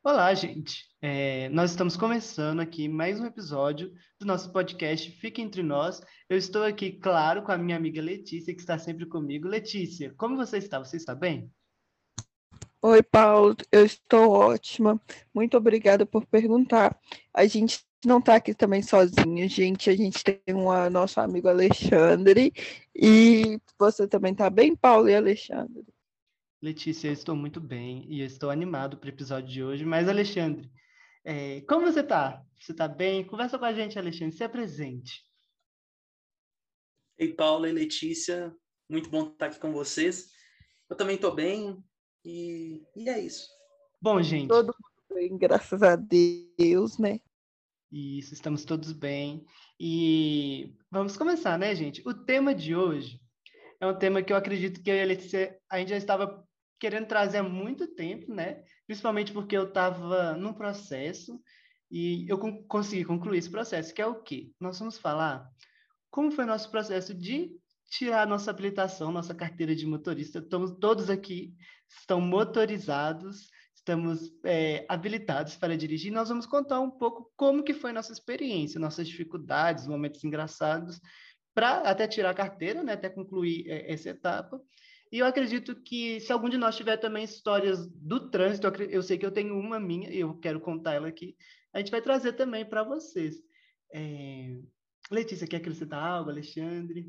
Olá, gente. Nós estamos começando aqui mais um episódio do nosso podcast Fica Entre Nós. Eu estou aqui, claro, com a minha amiga Letícia, que está sempre comigo. Letícia, como você está? Você está bem? Oi, Paulo, eu estou ótima. Muito obrigada por perguntar. A gente não está aqui também sozinho, gente. A gente tem nosso amigo Alexandre. E você também está bem, Paulo e Alexandre? Letícia, eu estou muito bem e eu estou animado para o episódio de hoje. Mas, Alexandre, como você está? Você está bem? Conversa com a gente, Alexandre. Se apresente. Ei, Paula e Letícia, muito bom estar aqui com vocês. Eu também estou bem e é isso. Bom, gente, Todo mundo bem, graças a Deus, né? isso, estamos todos bem. E vamos começar, né, gente? O tema de hoje é um tema que eu acredito que eu e a Letícia, a gente já estava querendo trazer há muito tempo, né? Principalmente porque eu estava num processo e eu consegui concluir esse processo, que é o quê? Nós vamos falar como foi o nosso processo de tirar a nossa habilitação, nossa carteira de motorista. Estamos todos aqui, estão motorizados, estamos habilitados para dirigir. Nós vamos contar um pouco como que foi nossa experiência, nossas dificuldades, momentos engraçados, para até tirar a carteira, né, até concluir essa etapa. E eu acredito que se algum de nós tiver também histórias do trânsito, eu sei que eu tenho uma minha e eu quero contar ela aqui, a gente vai trazer também para vocês. É... Letícia, quer acrescentar algo, Alexandre?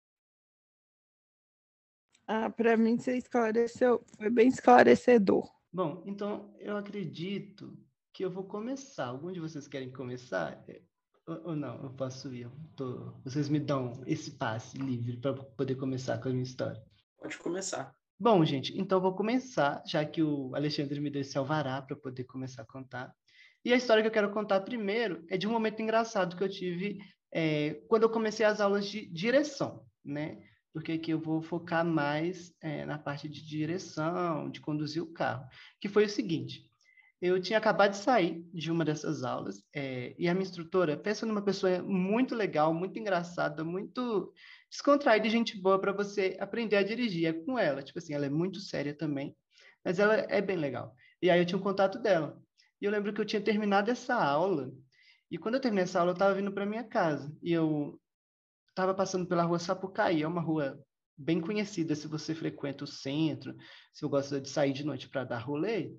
Para mim você esclareceu, foi bem esclarecedor. Bom, então eu acredito que eu vou começar. Algum de vocês querem começar? Ou não? Eu posso ir. Vocês me dão esse passe livre para poder começar com a minha história. Pode começar. Bom, gente, então eu vou começar, já que o Alexandre me deu esse alvará para poder começar a contar. E a história que eu quero contar primeiro é de um momento engraçado que eu tive quando eu comecei as aulas de direção, né? Porque aqui eu vou focar mais na parte de direção, de conduzir o carro. Que foi o seguinte: eu tinha acabado de sair de uma dessas aulas, e a minha instrutora, pensa numa pessoa muito legal, muito engraçada, muito descontraída e gente boa para você aprender a dirigir. É com ela, tipo assim, ela é muito séria também, mas ela é bem legal. E aí eu tinha um contato dela. E eu lembro que eu tinha terminado essa aula, e quando eu terminei essa aula, eu estava vindo para minha casa, e eu estava passando pela rua Sapucaí, é uma rua bem conhecida se você frequenta o centro, se você gosta de sair de noite para dar rolê.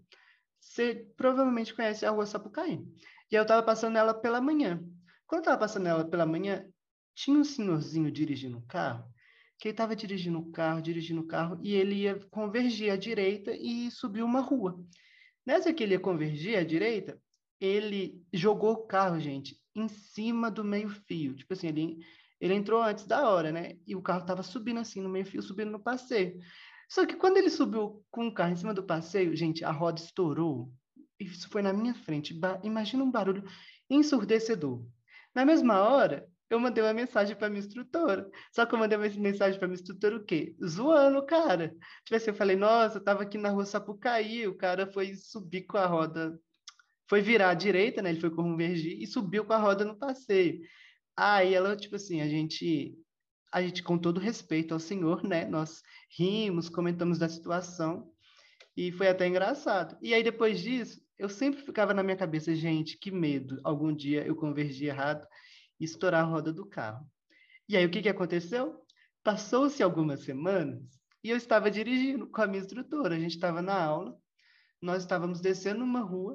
Você provavelmente conhece a Rua Sapucaí. E eu estava passando ela pela manhã. Quando eu estava passando ela pela manhã, tinha um senhorzinho dirigindo um carro, que ele estava dirigindo o carro, e ele ia convergir à direita e subir uma rua. Nessa que ele ia convergir à direita, ele jogou o carro, gente, em cima do meio-fio. Tipo assim, ele entrou antes da hora, né? E o carro estava subindo assim no meio-fio, subindo no passeio. Só que quando ele subiu com o carro em cima do passeio, gente, a roda estourou. Isso foi na minha frente. Imagina um barulho ensurdecedor. Na mesma hora, eu mandei uma mensagem para minha instrutora. Só que eu mandei uma mensagem para minha instrutora o quê? Zoando o cara. Tipo assim, eu falei, nossa, eu tava aqui na rua Sapucaí, o cara foi subir com a roda, foi virar à direita, né? Ele foi convergir e subiu com a roda no passeio. Aí ela, tipo assim, a gente, com todo respeito ao senhor, né? Nós rimos, comentamos da situação e foi até engraçado. E aí, depois disso, eu sempre ficava na minha cabeça, gente, que medo. Algum dia eu convergi errado e estourar a roda do carro. E aí, o que que aconteceu? Passou-se algumas semanas e eu estava dirigindo com a minha instrutora. A gente estava na aula, nós estávamos descendo uma rua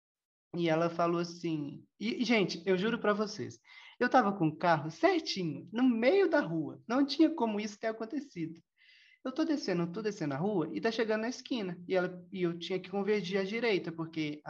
e ela falou assim... gente, eu juro para vocês, eu estava com o carro certinho, no meio da rua. Não tinha como isso ter acontecido. Eu tô descendo a rua e tá chegando na esquina. E eu tinha que convergir à direita, porque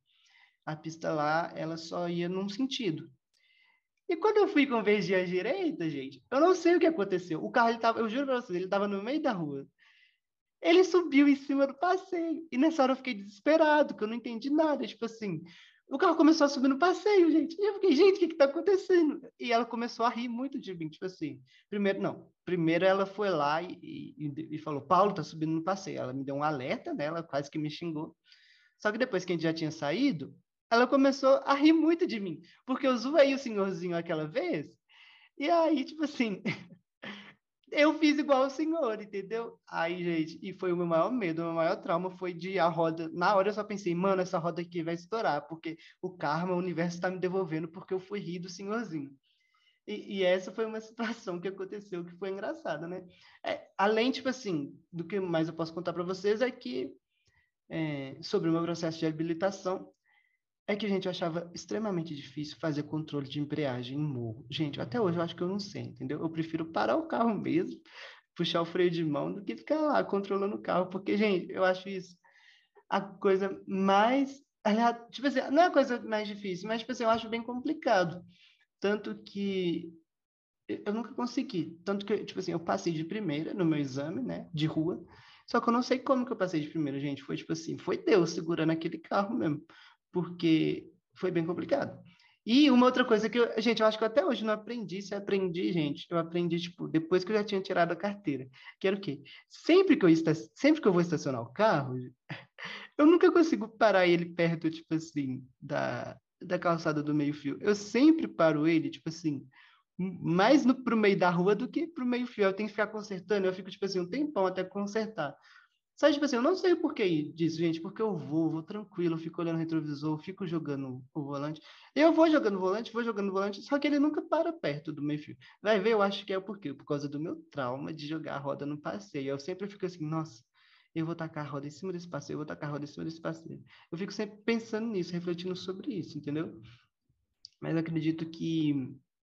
a pista lá, ela só ia num sentido. E quando eu fui convergir à direita, gente, eu não sei o que aconteceu. O carro, ele tava, eu juro pra vocês, ele tava no meio da rua. Ele subiu em cima do passeio. E nessa hora eu fiquei desesperado, que eu não entendi nada. Tipo assim, o carro começou a subir no passeio, gente. E eu fiquei, gente, o que que tá acontecendo? E ela começou a rir muito de mim. Tipo assim, primeiro, não. Primeiro ela foi lá e falou, Paulo, tá subindo no passeio. Ela me deu um alerta, né? Ela quase que me xingou. Só que depois que a gente já tinha saído, ela começou a rir muito de mim. Porque eu zoei o senhorzinho aquela vez. E aí, tipo assim, eu fiz igual o senhor, entendeu? Aí, gente, e foi o meu maior medo, o meu maior trauma foi de a roda. Na hora eu só pensei, mano, essa roda aqui vai estourar, porque o karma, o universo está me devolvendo porque eu fui rir do senhorzinho. E essa foi uma situação que aconteceu que foi engraçada, né? Além, tipo assim, do que mais eu posso contar para vocês é que, sobre o meu processo de habilitação, é que, gente, eu achava extremamente difícil fazer controle de embreagem em morro. Gente, até hoje eu acho que eu não sei, entendeu? Eu prefiro parar o carro mesmo, puxar o freio de mão, do que ficar lá controlando o carro, porque, gente, eu acho isso a coisa mais. Tipo assim, não é a coisa mais difícil, mas, tipo assim, eu acho bem complicado. Tanto que eu nunca consegui. Tanto que, tipo assim, eu passei de primeira no meu exame, né, de rua. Só que eu não sei como que eu passei de primeira, gente. Foi tipo assim, foi Deus segurando aquele carro mesmo. Porque foi bem complicado. E uma outra coisa que eu, gente, eu acho que eu até hoje não aprendi. Se eu aprendi, gente, eu aprendi, tipo, depois que eu já tinha tirado a carteira. Que era o quê? Sempre que eu vou estacionar o carro, eu nunca consigo parar ele perto, tipo assim, da calçada do meio-fio. Eu sempre paro ele, tipo assim, mais pro meio da rua do que pro meio-fio. Eu tenho que ficar consertando, eu fico, tipo assim, um tempão até consertar. Sabe, tipo assim, eu não sei o porquê disso, gente, porque eu vou tranquilo, eu fico olhando o retrovisor, fico jogando o volante. Eu vou jogando o volante, só que ele nunca para perto do meio-fio. Vai ver, eu acho que é o porquê, por causa do meu trauma de jogar a roda no passeio. Eu sempre fico assim, nossa, eu vou tacar a roda em cima desse passeio, eu vou tacar a roda em cima desse passeio. Eu fico sempre pensando nisso, refletindo sobre isso, entendeu? Mas acredito que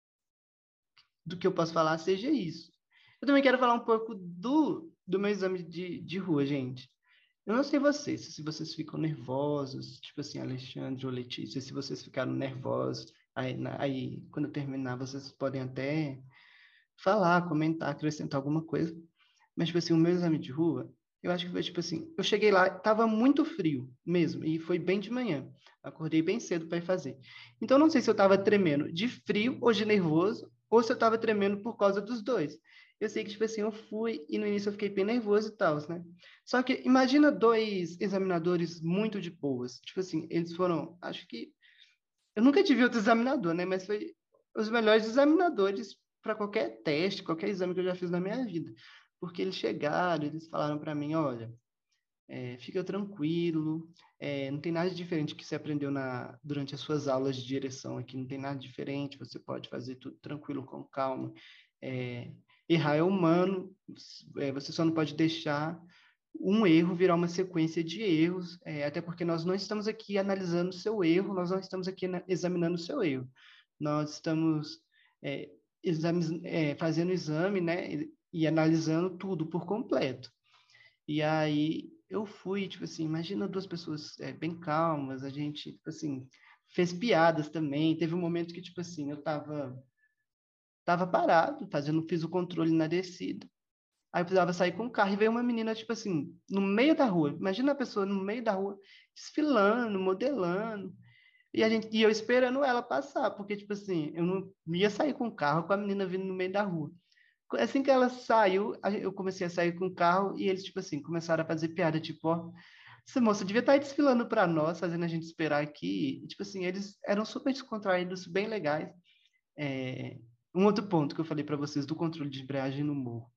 do que eu posso falar seja isso. Eu também quero falar um pouco do meu exame de rua, gente. Eu não sei vocês, se vocês ficam nervosos, tipo assim, Alexandre ou Letícia, se vocês ficaram nervosos, aí quando eu terminar, vocês podem até falar, comentar, acrescentar alguma coisa. Mas, tipo assim, o meu exame de rua, eu acho que foi tipo assim, eu cheguei lá, tava muito frio mesmo, e foi bem de manhã. Acordei bem cedo para ir fazer. Então, eu não sei se eu tava tremendo de frio ou de nervoso, ou se eu tava tremendo por causa dos dois. Eu sei que, tipo assim, eu fui e no início eu fiquei bem nervoso e tal, né? Só que imagina dois examinadores muito de boas. Tipo assim, eles foram, acho que. Eu nunca tive outro examinador, né? Mas foi os melhores examinadores para qualquer teste, qualquer exame que eu já fiz na minha vida. Porque eles chegaram, eles falaram para mim, olha, fica tranquilo, não tem nada diferente que você aprendeu durante as suas aulas de direção aqui, não tem nada diferente, você pode fazer tudo tranquilo, com calma. É, errar é humano, você só não pode deixar um erro virar uma sequência de erros, até porque nós não estamos aqui analisando o seu erro, nós não estamos aqui examinando o seu erro. Nós estamos é, fazendo o exame, né, e analisando tudo por completo. E aí eu fui, tipo assim, imagina duas pessoas bem calmas, a gente, tipo assim, fez piadas também. Teve um momento que, tipo assim, eu tava parado, fiz o controle na descida. Aí eu precisava sair com o carro e veio uma menina, tipo assim, no meio da rua. Imagina a pessoa no meio da rua, desfilando, modelando. E eu esperando ela passar, porque, tipo assim, eu não ia sair com o carro com a menina vindo no meio da rua. Assim que ela saiu, eu comecei a sair com o carro e eles, tipo assim, começaram a fazer piada, tipo, ó, essa moça devia estar aí desfilando para nós, fazendo a gente esperar aqui. E, tipo assim, eles eram super descontraídos, bem legais. Um outro ponto que eu falei para vocês do controle de embreagem no morro.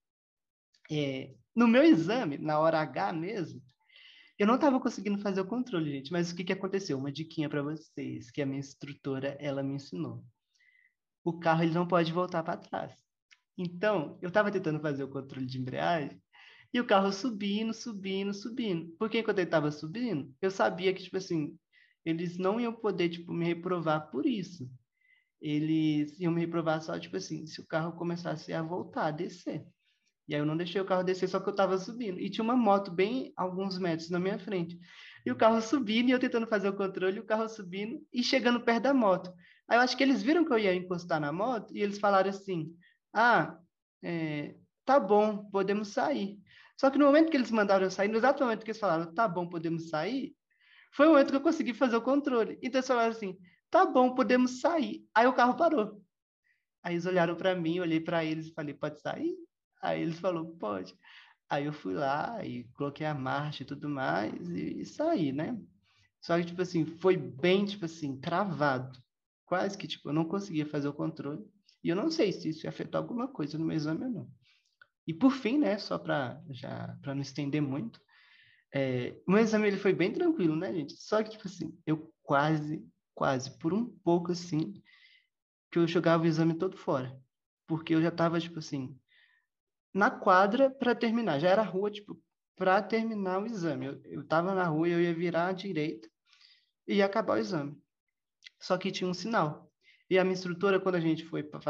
No meu exame, na hora H mesmo, eu não estava conseguindo fazer o controle, gente, mas o que que aconteceu? Uma diquinha para vocês, que a minha instrutora, ela me ensinou. O carro, ele não pode voltar para trás. Então, eu estava tentando fazer o controle de embreagem e o carro subindo, subindo, subindo. Porque enquanto ele estava subindo, eu sabia que, tipo assim, eles não iam poder, tipo, me reprovar por isso. Eles iam me reprovar só, tipo assim, se o carro começasse a voltar, a descer. E aí eu não deixei o carro descer, só que eu estava subindo. E tinha uma moto bem alguns metros na minha frente. E o carro subindo, e eu tentando fazer o controle, o carro subindo e chegando perto da moto. Aí eu acho que eles viram que eu ia encostar na moto e eles falaram assim: ah, tá bom, podemos sair. Só que no momento que eles mandaram eu sair, no exato momento que eles falaram, tá bom, podemos sair, foi o momento que eu consegui fazer o controle. Então eles falaram assim: tá bom, podemos sair. Aí o carro parou. Aí eles olharam para mim, eu olhei para eles e falei: pode sair? Aí eles falaram: pode. Aí eu fui lá e coloquei a marcha e tudo mais e saí, né? Só que, tipo assim, foi bem, tipo assim, travado. Quase que, tipo, eu não conseguia fazer o controle. E eu não sei se isso ia afetar alguma coisa no meu exame ou não. E por fim, né, só para não estender muito, o meu exame ele foi bem tranquilo, né, gente? Só que, tipo assim, eu quase, por um pouco, assim, que eu jogava o exame todo fora. Porque eu já tava, tipo assim, na quadra para terminar. Já era rua, tipo, para terminar o exame. Eu tava na rua e eu ia virar à direita e ia acabar o exame. Só que tinha um sinal. E a minha instrutora, quando a gente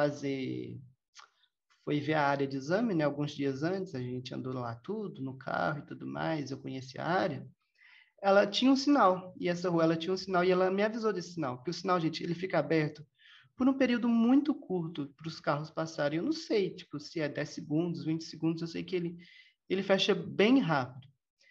foi ver a área de exame, né, alguns dias antes, a gente andou lá tudo, no carro e tudo mais, eu conheci a área, ela tinha um sinal, e essa rua ela tinha um sinal, e ela me avisou desse sinal, porque o sinal, gente, ele fica aberto por um período muito curto para os carros passarem. Eu não sei, tipo, se é 10 segundos, 20 segundos, eu sei que ele fecha bem rápido.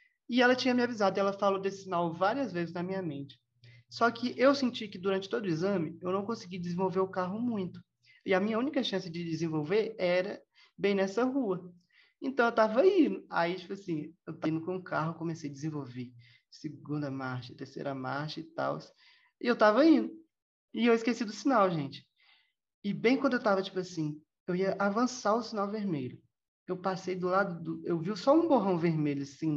E ela tinha me avisado, e ela falou desse sinal várias vezes na minha mente. Só que eu senti que durante todo o exame, eu não consegui desenvolver o carro muito. E a minha única chance de desenvolver era bem nessa rua. Então eu tava indo. Aí, tipo assim, eu tava indo com o carro, comecei a desenvolver segunda marcha, terceira marcha e tal. E eu tava indo. E eu esqueci do sinal, gente. E bem quando eu tava, tipo assim, eu ia avançar o sinal vermelho. Eu passei do lado do. Eu vi só um borrão vermelho, assim,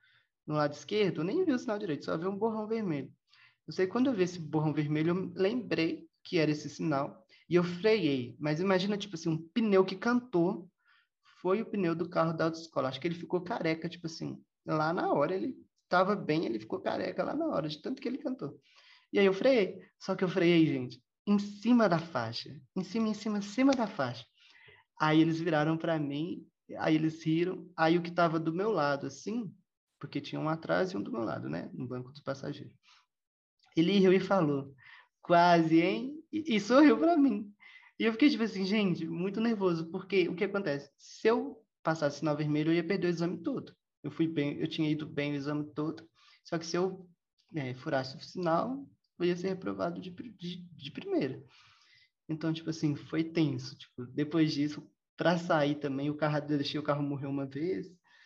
no lado esquerdo. Eu nem vi o sinal direito, só vi um borrão vermelho. Eu sei que quando eu vi esse borrão vermelho, eu lembrei que era esse sinal. E eu freiei. Mas imagina, tipo assim, um pneu que cantou foi o pneu do carro da autoescola. Acho que ele ficou careca, tipo assim, lá na hora ele estava bem, ele ficou careca lá na hora, de tanto que ele cantou. E aí eu freiei. Só que eu freiei, gente, em cima da faixa. Em cima da faixa. Aí eles viraram para mim, aí eles riram. Aí o que estava do meu lado, assim, porque tinha um atrás e um do meu lado, né? No banco dos passageiros. Ele riu e falou, quase, hein? E sorriu para mim. E eu fiquei tipo assim, gente, muito nervoso, porque o que acontece? Se eu passasse sinal vermelho, eu ia perder o exame todo. Eu fui bem, eu tinha ido bem o exame todo, só que se eu furasse o sinal, eu ia ser reprovado de primeira. Então, tipo assim, foi tenso. Tipo, depois disso, para sair também, eu deixei o carro morrer uma vez,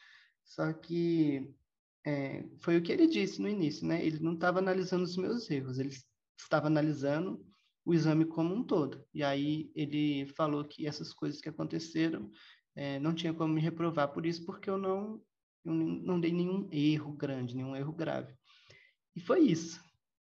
só que foi o que ele disse no início, né? Ele não estava analisando os meus erros, ele estava analisando o exame como um todo. E aí ele falou que essas coisas que aconteceram não tinha como me reprovar por isso, porque eu não dei nenhum erro grande, nenhum erro grave. E foi isso.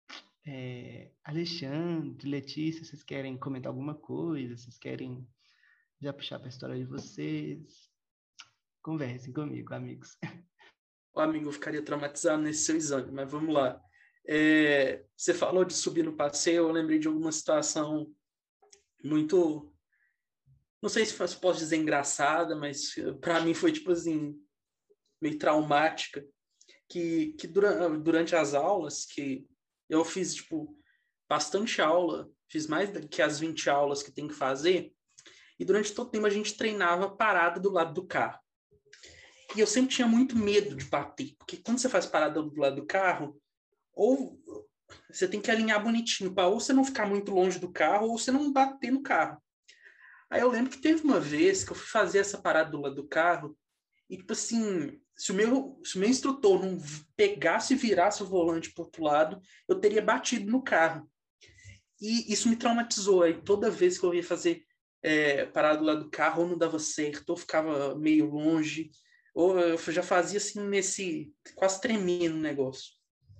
Alexandre, Letícia, vocês querem comentar alguma coisa? Vocês querem já puxar para a história de vocês? Conversem comigo, amigos. O amigo ficaria traumatizado nesse seu exame, mas vamos lá. Você falou de subir no passeio, eu lembrei de alguma situação muito, não sei se posso dizer engraçada, mas para mim foi tipo assim, meio traumática, que durante as aulas, que eu fiz tipo bastante aula, fiz mais que as 20 aulas que tem que fazer, e durante todo o tempo a gente treinava parada do lado do carro. E eu sempre tinha muito medo de bater, porque quando você faz parada do lado do carro, ou você tem que alinhar bonitinho, para ou você não ficar muito longe do carro, ou você não bater no carro. Aí eu lembro que teve uma vez que eu fui fazer essa parada do lado do carro, e tipo assim, se o meu instrutor não pegasse e virasse o volante para o outro lado, eu teria batido no carro. E isso me traumatizou. Aí toda vez que eu ia fazer parada do lado do carro, ou não dava certo, ou ficava meio longe, ou eu já fazia assim quase tremendo o negócio.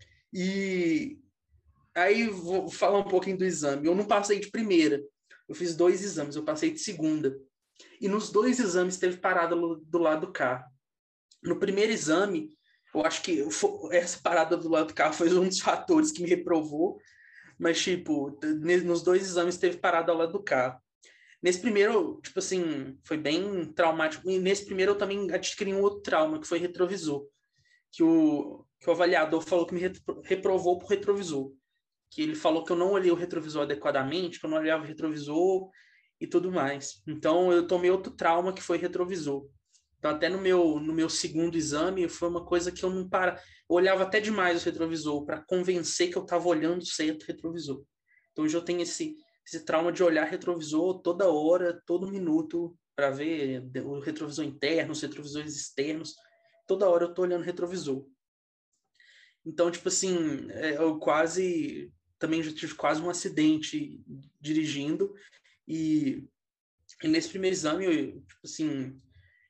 E aí vou falar um pouquinho do exame. Eu não passei de primeira. Eu fiz 2 exames, eu passei de segunda. E nos 2 exames teve parada do lado do carro. No primeiro exame, eu acho que essa parada do lado do carro foi um dos fatores que me reprovou. Mas, tipo, nos 2 exames teve parada ao lado do carro. Nesse primeiro, tipo assim, foi bem traumático. E nesse primeiro eu também adquiri um outro trauma, que foi retrovisor. Que o avaliador falou que me reprovou por retrovisor. Que ele falou que eu não olhei o retrovisor adequadamente, que eu não olhava o retrovisor e tudo mais. Então eu tomei outro trauma que foi retrovisor. Então até no meu segundo exame foi uma coisa que eu não para, eu olhava até demais o retrovisor para convencer que eu estava olhando certo o retrovisor. Então hoje eu tenho esse trauma de olhar retrovisor toda hora, todo minuto para ver o retrovisor interno, os retrovisores externos. Toda hora eu tô olhando retrovisor. Então, tipo assim, eu também já tive quase um acidente dirigindo, e nesse primeiro exame, tipo assim,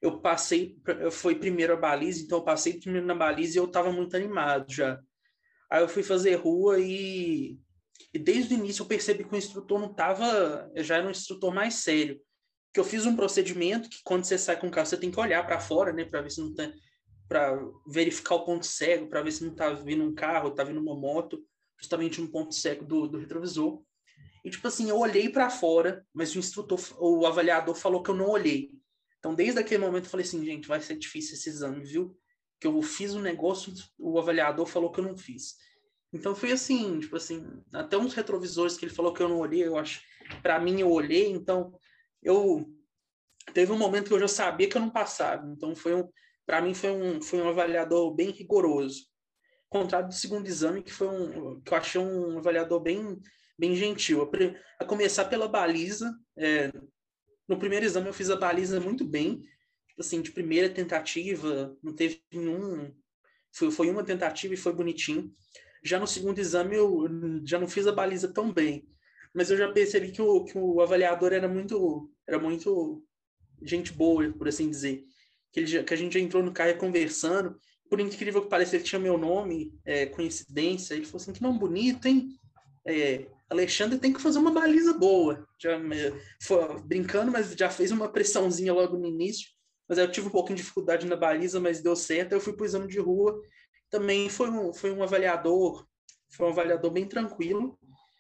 eu passei, foi primeiro a baliza, então eu passei primeiro na baliza e eu estava muito animado já. Aí eu fui fazer rua e desde o início eu percebi que o instrutor não estava, já era um instrutor mais sério. Que eu fiz um procedimento que quando você sai com o carro, você tem que olhar para fora, né, para ver se não tem, para verificar o ponto cego, para ver se não está vindo um carro, está vindo uma moto, justamente um ponto cego do retrovisor. E tipo assim, eu olhei para fora, mas o instrutor, o avaliador falou que eu não olhei. Então, desde aquele momento eu falei assim, gente, vai ser difícil esse exame, viu? Que eu fiz um negócio, o avaliador falou que eu não fiz. Então foi assim, tipo assim, até uns retrovisores que ele falou que eu não olhei, eu acho, para mim eu olhei, então eu teve um momento que eu já sabia que eu não passava. Então para mim foi um avaliador bem rigoroso. Ao contrário do segundo exame, que eu achei um avaliador bem gentil. A começar pela baliza, no primeiro exame eu fiz a baliza muito bem, tipo assim, de primeira tentativa, não teve nenhum, foi uma tentativa e foi bonitinho. Já no segundo exame eu já não fiz a baliza tão bem, mas eu já percebi que o avaliador era muito gente boa, por assim dizer. Que a gente já entrou no carro conversando, por incrível que pareça, ele tinha meu nome, coincidência, ele falou assim, que nome bonito, hein? Alexandre tem que fazer uma baliza boa. Já foi brincando, mas já fez uma pressãozinha logo no início. Mas aí eu tive um pouquinho de dificuldade na baliza, mas deu certo. Aí eu fui para o exame de rua. Também foi um avaliador bem tranquilo.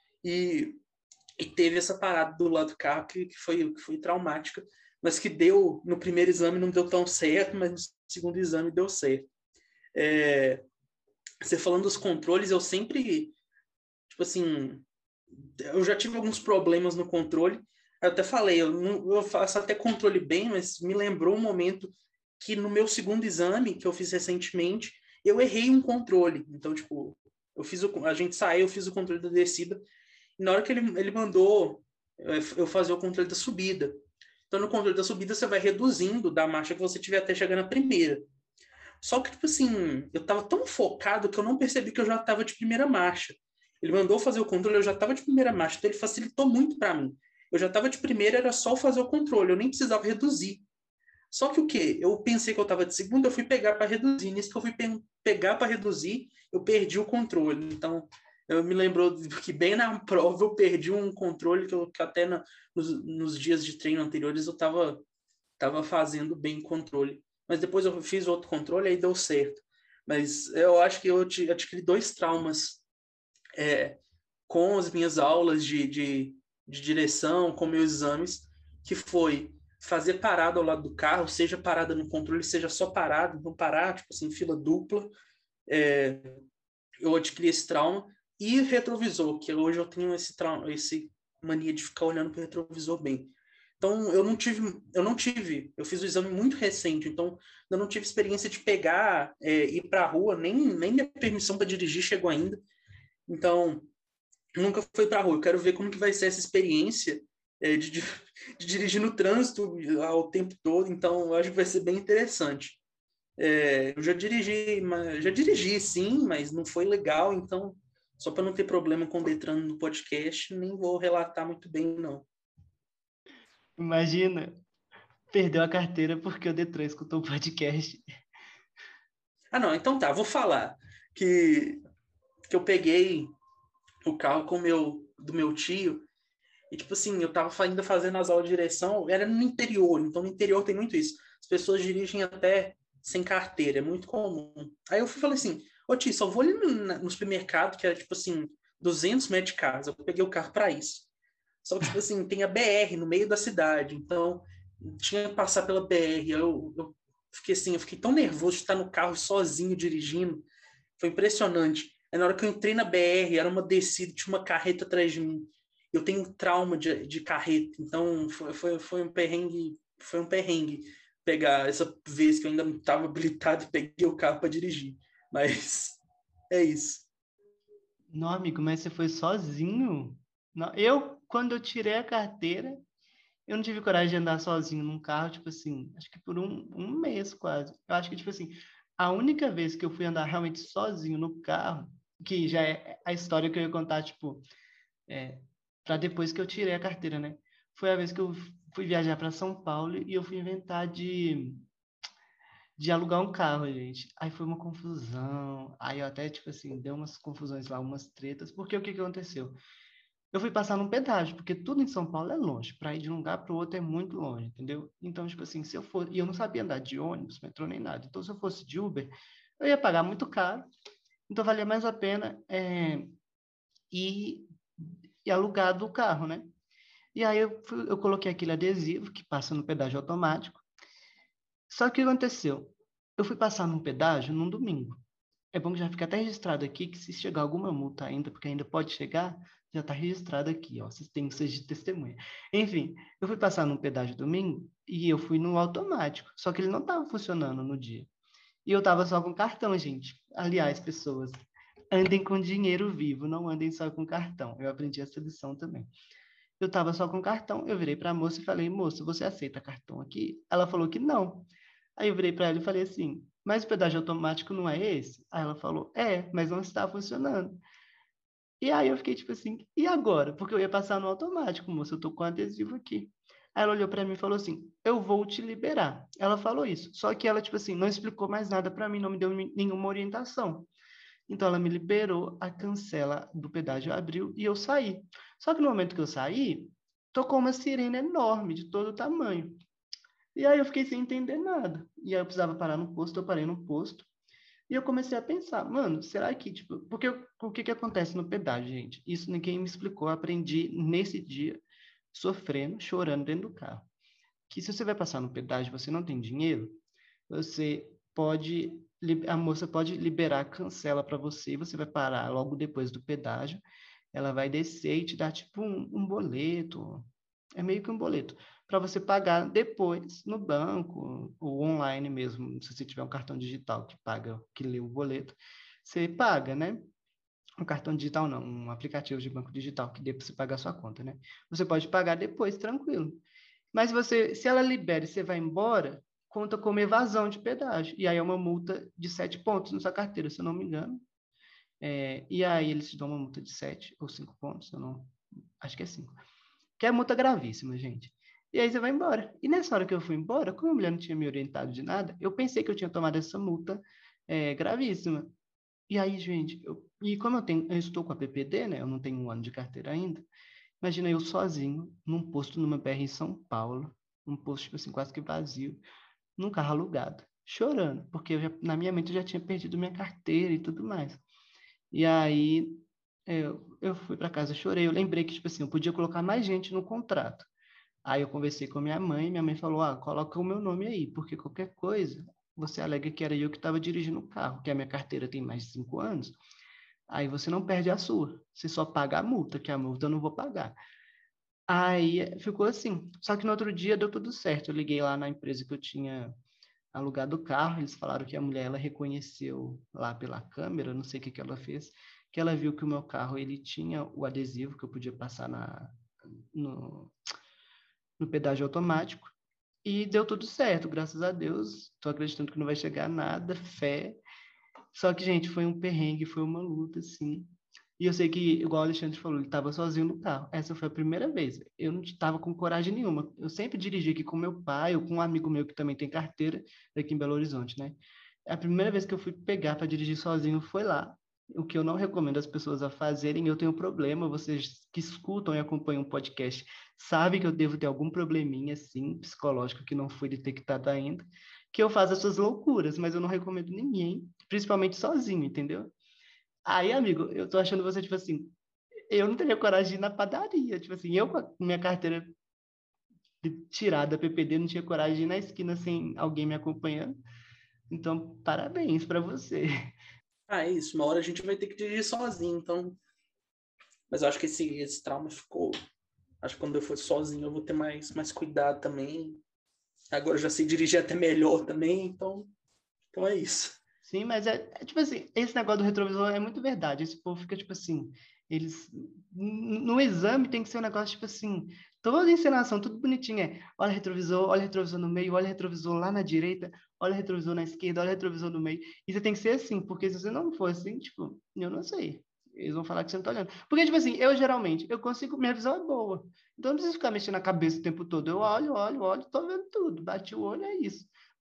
E teve essa parada do lado do carro que foi traumática, mas que deu, no primeiro exame não deu tão certo, mas no segundo exame deu certo. Você falando dos controles, eu sempre, tipo assim, eu já tive alguns problemas no controle. Eu até falei, eu faço até controle bem, mas me lembrou um momento que no meu segundo exame, que eu fiz recentemente, eu errei um controle. Então, tipo, a gente saiu, eu fiz o controle da descida, e na hora que ele mandou eu fazer o controle da subida. Então, no controle da subida, você vai reduzindo da marcha que você tiver até chegar na primeira. Só que, tipo assim, eu tava tão focado que eu não percebi que eu já tava de primeira marcha. Ele mandou fazer o controle, eu já tava de primeira marcha, então ele facilitou muito para mim. Eu já tava de primeira, era só fazer o controle, eu nem precisava reduzir. Só que o quê? Eu pensei que eu tava de segunda, eu fui pegar para reduzir. Nisso que eu fui pegar para reduzir, eu perdi o controle. Então, eu me lembrou que bem na prova eu perdi um controle que até nos dias de treino anteriores eu tava fazendo bem controle. Mas depois eu fiz outro controle, aí deu certo. Mas eu acho que eu adquiri 2 traumas com as minhas aulas de direção, com meus exames, que foi fazer parada ao lado do carro, seja parada no controle, seja só parada, não parar, tipo assim, fila dupla. Eu adquiri esse trauma. E retrovisor, que hoje eu tenho esse mania de ficar olhando para o retrovisor bem. Então, eu fiz o exame muito recente, então eu não tive experiência de pegar, ir para a rua, nem minha permissão para dirigir chegou ainda. Então, nunca fui para a rua. Eu quero ver como que vai ser essa experiência de dirigir no trânsito ao tempo todo, então eu acho que vai ser bem interessante. Eu já dirigi sim, mas não foi legal, então só para não ter problema com o Detran no podcast, nem vou relatar muito bem, não. Imagina, perdeu a carteira porque o Detran escutou o podcast. Ah, não, então tá, vou falar que eu peguei o carro do meu tio e, tipo assim, eu tava ainda fazendo as aulas de direção, era no interior, então no interior tem muito isso. As pessoas dirigem até sem carteira, é muito comum. Aí eu falei assim, ô tio, só vou ali no supermercado, que era, tipo assim, 200 metros de casa. Eu peguei o carro para isso. Só que, tipo assim, tem a BR no meio da cidade, então tinha que passar pela BR. Eu fiquei assim, eu fiquei tão nervoso de estar no carro sozinho dirigindo. Foi impressionante. Aí na hora que eu entrei na BR, era uma descida, tinha uma carreta atrás de mim. Eu tenho trauma de carreta, então foi um perrengue pegar essa vez que eu ainda não estava habilitado e peguei o carro para dirigir. Mas é isso. Não, amigo, mas você foi sozinho? Não, quando eu tirei a carteira, eu não tive coragem de andar sozinho num carro, tipo assim, acho que por um mês quase. Eu acho que, tipo assim, a única vez que eu fui andar realmente sozinho no carro, que já é a história que eu ia contar, tipo, para depois que eu tirei a carteira, né? Foi a vez que eu fui viajar para São Paulo e eu fui inventar de alugar um carro, gente. Aí foi uma confusão. Aí eu até, tipo assim, deu umas confusões lá, umas tretas. Porque o que que aconteceu? Eu fui passar num pedágio, porque tudo em São Paulo é longe. Para ir de um lugar para o outro é muito longe, entendeu? Então, tipo assim, se eu for... E eu não sabia andar de ônibus, metrô, nem nada. Então, se eu fosse de Uber, eu ia pagar muito caro. Então, valia mais a pena ir, ir alugar do carro, né? E aí eu coloquei aquele adesivo que passa no pedágio automático. Só que o que aconteceu? Eu fui passar num pedágio num domingo. É bom que já fica até registrado aqui que se chegar alguma multa ainda, porque ainda pode chegar, já está registrado aqui, ó. Vocês têm que ser de testemunha. Enfim, eu fui passar num pedágio domingo e eu fui no automático, só que ele não estava funcionando no dia. E eu estava só com cartão, gente. Aliás, pessoas, andem com dinheiro vivo, não andem só com cartão. Eu aprendi essa lição também. Eu estava só com cartão, eu virei para a moça e falei, moça, você aceita cartão aqui? Ela falou que não. Aí eu virei para ela e falei assim, mas o pedágio automático não é esse? Aí ela falou, mas não está funcionando. E aí eu fiquei tipo assim, e agora? Porque eu ia passar no automático, moça, eu tô com adesivo aqui. Aí ela olhou para mim e falou assim, eu vou te liberar. Ela falou isso, só que ela, tipo assim, não explicou mais nada para mim, não me deu nenhuma orientação. Então ela me liberou, a cancela do pedágio abriu e eu saí. Só que no momento que eu saí, tocou uma sirene enorme, de todo tamanho. E aí eu fiquei sem entender nada. E aí eu precisava parar no posto, eu parei no posto. E eu comecei a pensar, mano, será que, tipo, porque o que que acontece no pedágio, gente? Isso ninguém me explicou, eu aprendi nesse dia, sofrendo, chorando dentro do carro. Que se você vai passar no pedágio e você não tem dinheiro, você pode, a moça pode liberar a cancela para você, e você vai parar logo depois do pedágio, ela vai descer e te dar, tipo, um boleto, é meio que um boleto, para você pagar depois no banco ou online mesmo, se você tiver um cartão digital que paga, que lê o boleto, você paga, né? Um cartão digital não, um aplicativo de banco digital que dê para você pagar a sua conta, né? Você pode pagar depois, tranquilo. Mas você, se ela libera e você vai embora, conta como evasão de pedágio. E aí é uma multa de 7 pontos na sua carteira, se eu não me engano. E aí eles te dão uma multa de 7 ou 5 pontos, eu não, acho que é 5. Que é multa gravíssima, gente. E aí você vai embora. E nessa hora que eu fui embora, como a mulher não tinha me orientado de nada, eu pensei que eu tinha tomado essa multa gravíssima. E aí, gente, e como eu estou com a PPD, né? Eu não tenho um ano de carteira ainda. Imagina eu sozinho, num posto numa BR em São Paulo, um posto, tipo assim, quase que vazio, num carro alugado, chorando, porque na minha mente eu já tinha perdido minha carteira e tudo mais. E aí eu fui para casa, chorei, eu lembrei que, tipo assim, eu podia colocar mais gente no contrato. Aí eu conversei com minha mãe falou, coloca o meu nome aí, porque qualquer coisa, você alega que era eu que estava dirigindo o carro, que a minha carteira tem mais de 5 anos, aí você não perde a sua, você só paga a multa, que a multa eu não vou pagar. Aí ficou assim. Só que no outro dia deu tudo certo. Eu liguei lá na empresa que eu tinha alugado o carro. Eles falaram que a mulher ela reconheceu lá pela câmera, não sei o que que ela fez, que ela viu que o meu carro ele tinha o adesivo que eu podia passar no, no pedágio automático. E deu tudo certo, graças a Deus. Estou acreditando que não vai chegar nada, fé. Só que, gente, foi um perrengue, foi uma luta, assim. E eu sei que, igual o Alexandre falou, ele estava sozinho no carro. Essa foi a primeira vez. Eu não estava com coragem nenhuma. Eu sempre dirigi aqui com meu pai ou com um amigo meu que também tem carteira aqui em Belo Horizonte, né? A primeira vez que eu fui pegar para dirigir sozinho foi lá. O que eu não recomendo as pessoas a fazerem, eu tenho problema, vocês que escutam e acompanham o podcast sabem que eu devo ter algum probleminha, assim, psicológico que não foi detectado ainda, que eu faço essas loucuras, mas eu não recomendo ninguém, principalmente sozinho, entendeu? Aí, amigo, eu tô achando você, tipo assim, eu não teria coragem de ir na padaria. Tipo assim, eu com a minha carteira tirada da PPD, não tinha coragem de ir na esquina sem alguém me acompanhando. Então, parabéns para você. Ah, é isso. Uma hora a gente vai ter que dirigir sozinho, então. Mas eu acho que esse trauma ficou. Acho que quando eu for sozinho eu vou ter mais cuidado também. Agora eu já sei dirigir até melhor também, então é isso. Sim, mas tipo assim, esse negócio do retrovisor é muito verdade. Esse povo fica tipo assim, eles no exame tem que ser um negócio tipo assim, toda encenação, tudo bonitinho, olha retrovisor no meio, olha retrovisor lá na direita, olha retrovisor na esquerda, olha retrovisor no meio. E você tem que ser assim, porque se você não for assim, tipo, eu não sei. Eles vão falar que você não tá olhando. Porque, tipo assim, eu geralmente, eu consigo, minha visão é boa. Então eu não preciso ficar mexendo a cabeça o tempo todo. Eu olho, tô vendo tudo. Bati o olho, é isso.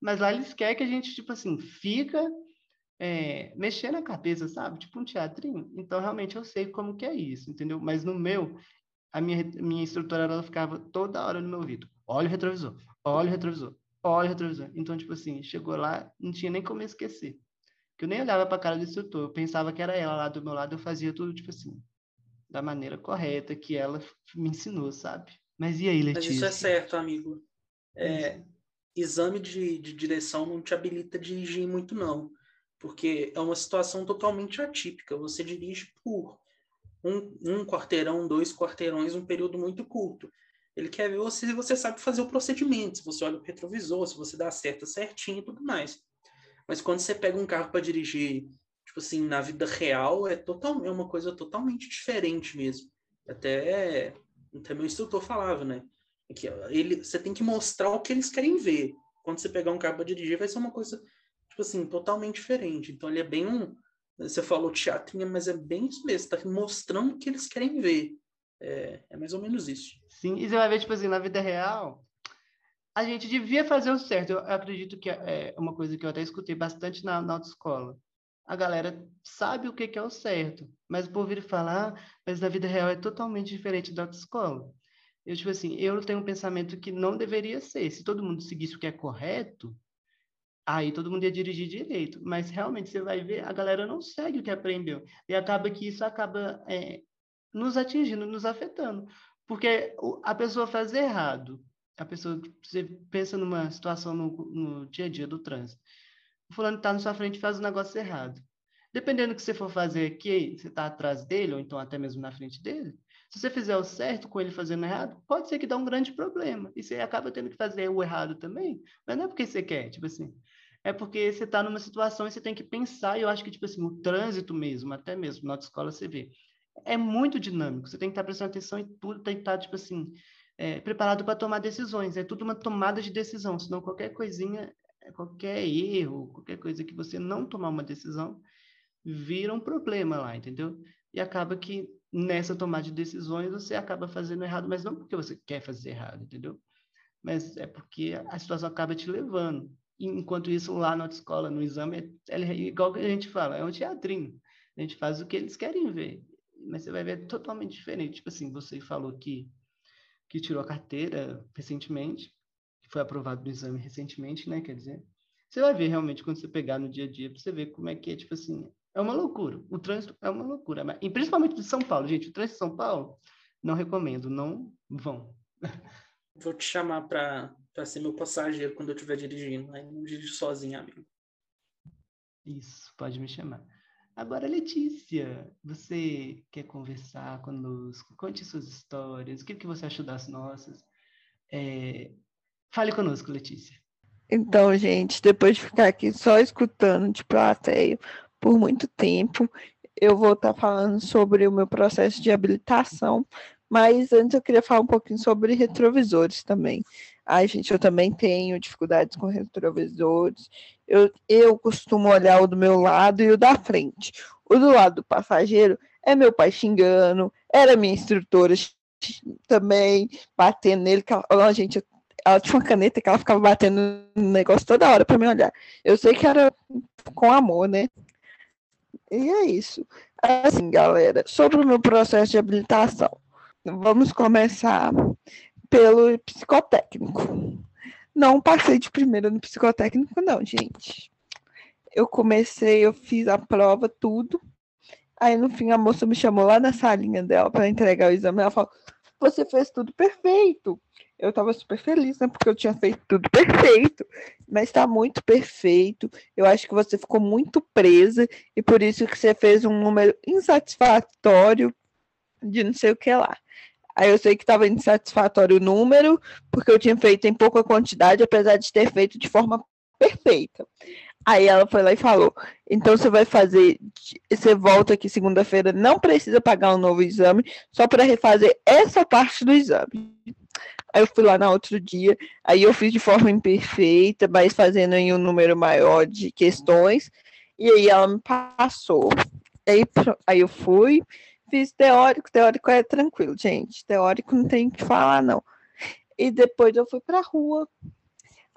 Mas lá eles querem que a gente, tipo assim, fica mexendo a cabeça, sabe? Tipo um teatrinho. Então, realmente, eu sei como que é isso, entendeu? Mas no meu, a minha instrutora, ela ficava toda hora no meu ouvido. Olha o retrovisor, olha o retrovisor, olha o retrovisor. Então, tipo assim, chegou lá, não tinha nem como eu esquecer. Que eu nem olhava para a cara do instrutor, eu pensava que era ela lá do meu lado, eu fazia tudo, tipo assim, da maneira correta que ela me ensinou, sabe? Mas e aí, Mas isso é Letícia? certo, amigo. Isso. Exame de direção não te habilita a dirigir muito, não. Porque é uma situação totalmente atípica. Você dirige por um quarteirão, 2 quarteirões, um período muito curto. Ele quer ver você se você sabe fazer o procedimento, se você olha o retrovisor, se você dá a seta certinho e tudo mais. Mas quando você pega um carro para dirigir, tipo assim, na vida real, é uma coisa totalmente diferente mesmo. Até meu instrutor falava, né? Que você tem que mostrar o que eles querem ver. Quando você pegar um carro para dirigir, vai ser uma coisa, tipo assim, totalmente diferente. Então ele é bem um. Você falou teatrinha, mas é bem isso mesmo. Você tá mostrando o que eles querem ver. É mais ou menos isso. Sim, e você vai ver, tipo assim, na vida real, a gente devia fazer o certo. Eu acredito que é uma coisa que eu até escutei bastante na autoescola. A galera sabe o que que é o certo, mas por vir falar, mas na vida real é totalmente diferente da autoescola. Eu, tipo assim, eu tenho um pensamento que não deveria ser. Se todo mundo seguisse o que é correto, aí todo mundo ia dirigir direito. Mas realmente você vai ver, a galera não segue o que aprendeu. E acaba que isso acaba nos atingindo, nos afetando. Porque a pessoa faz errado. A pessoa, você pensa numa situação no dia a dia do trânsito. O fulano está na sua frente e faz o negócio errado. Dependendo do que você for fazer aqui, você está atrás dele, ou então até mesmo na frente dele, se você fizer o certo com ele fazendo errado, pode ser que dá um grande problema. E você acaba tendo que fazer o errado também, mas não é porque você quer, tipo assim. É porque você está numa situação e você tem que pensar, e eu acho que, tipo assim, o trânsito mesmo, até mesmo na autoescola você vê, é muito dinâmico. Você tem que estar prestando atenção em tudo, tem que estar, tipo assim, preparado para tomar decisões. É tudo uma tomada de decisão, senão qualquer coisinha, qualquer erro, qualquer coisa que você não tomar uma decisão, vira um problema lá, entendeu? E acaba que nessa tomada de decisões você acaba fazendo errado, mas não porque você quer fazer errado, entendeu? Mas é porque a situação acaba te levando. Enquanto isso, lá na escola, no exame, é igual que a gente fala, é um teatrinho. A gente faz o que eles querem ver. Mas você vai ver totalmente diferente. Tipo assim, você falou que tirou a carteira recentemente, que foi aprovado no exame recentemente, né? Quer dizer, você vai ver realmente quando você pegar no dia a dia, para você ver como é que é, tipo assim, é uma loucura. O trânsito é uma loucura. E principalmente de São Paulo, gente. O trânsito de São Paulo, não recomendo, não vão. Vou te chamar para ser meu passageiro quando eu estiver dirigindo. Aí não dirijo sozinho, amigo. Isso, pode me chamar. Agora, Letícia, você quer conversar conosco? Conte suas histórias, o que você achou das nossas? Fale conosco, Letícia. Então, gente, depois de ficar aqui só escutando de plateia por muito tempo, eu vou estar falando sobre o meu processo de habilitação, mas antes eu queria falar um pouquinho sobre retrovisores também. Ai, gente, eu também tenho dificuldades com retrovisores. Eu costumo olhar o do meu lado e o da frente. O do lado do passageiro é meu pai xingando, era minha instrutora também batendo nele. Oh, gente, ela tinha uma caneta que ela ficava batendo no negócio toda hora para me olhar. Eu sei que era com amor, né? E é isso. Assim, galera, sobre o meu processo de habilitação. Vamos começar pelo psicotécnico. Não passei de primeira no psicotécnico, não, gente. Eu fiz a prova, tudo. Aí, no fim, a moça me chamou lá na salinha dela para entregar o exame. Ela falou: Você fez tudo perfeito. Eu estava super feliz, né? Porque eu tinha feito tudo perfeito. Mas está muito perfeito. Eu acho que você ficou muito presa e por isso que você fez um número insatisfatório de não sei o que lá. Aí eu sei que estava insatisfatório o número, porque eu tinha feito em pouca quantidade, apesar de ter feito de forma perfeita. Aí ela foi lá e falou: Então você vai fazer, você volta aqui segunda-feira, não precisa pagar um novo exame, só para refazer essa parte do exame. Aí eu fui lá no outro dia, aí eu fiz de forma imperfeita, mas fazendo em um número maior de questões, e aí ela me passou. Aí eu fui, fiz teórico é tranquilo, gente, teórico não tem o que falar, não. E depois eu fui pra rua.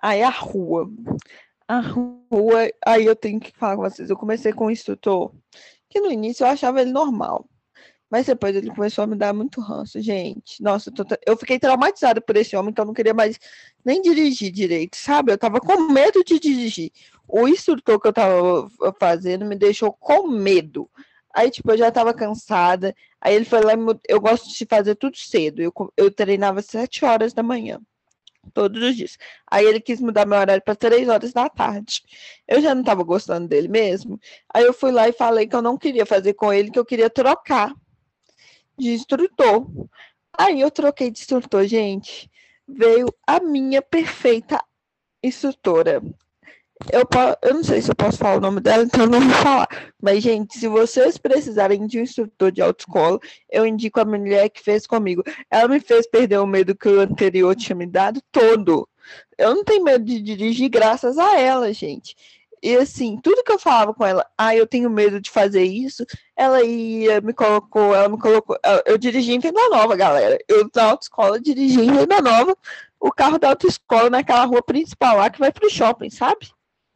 Aí a rua. A rua, aí eu tenho que falar com vocês. Eu comecei com um instrutor que no início eu achava ele normal. Mas depois ele começou a me dar muito ranço, gente. Nossa, eu fiquei traumatizada por esse homem, então eu não queria mais nem dirigir direito, sabe? Eu tava com medo de dirigir. O instrutor que eu tava fazendo me deixou com medo. Aí, tipo, eu já tava cansada. Aí ele foi lá, eu gosto de fazer tudo cedo. Eu treinava 7 horas da manhã, todos os dias. Aí ele quis mudar meu horário para 3 horas da tarde. Eu já não tava gostando dele mesmo. Aí eu fui lá e falei que eu não queria fazer com ele, que eu queria trocar de instrutor. Aí eu troquei de instrutor, gente. Veio a minha perfeita instrutora. Eu não sei se eu posso falar o nome dela, então eu não vou falar. Mas, gente, se vocês precisarem de um instrutor de autoescola, eu indico a mulher que fez comigo. Ela me fez perder o medo que o anterior tinha me dado todo. Eu não tenho medo de dirigir graças a ela, gente. E assim, tudo que eu falava com ela, eu tenho medo de fazer isso, ela me colocou, eu dirigi em Venda Nova, galera. Eu na autoescola dirigi em Venda Nova, o carro da autoescola naquela rua principal lá que vai pro shopping, sabe?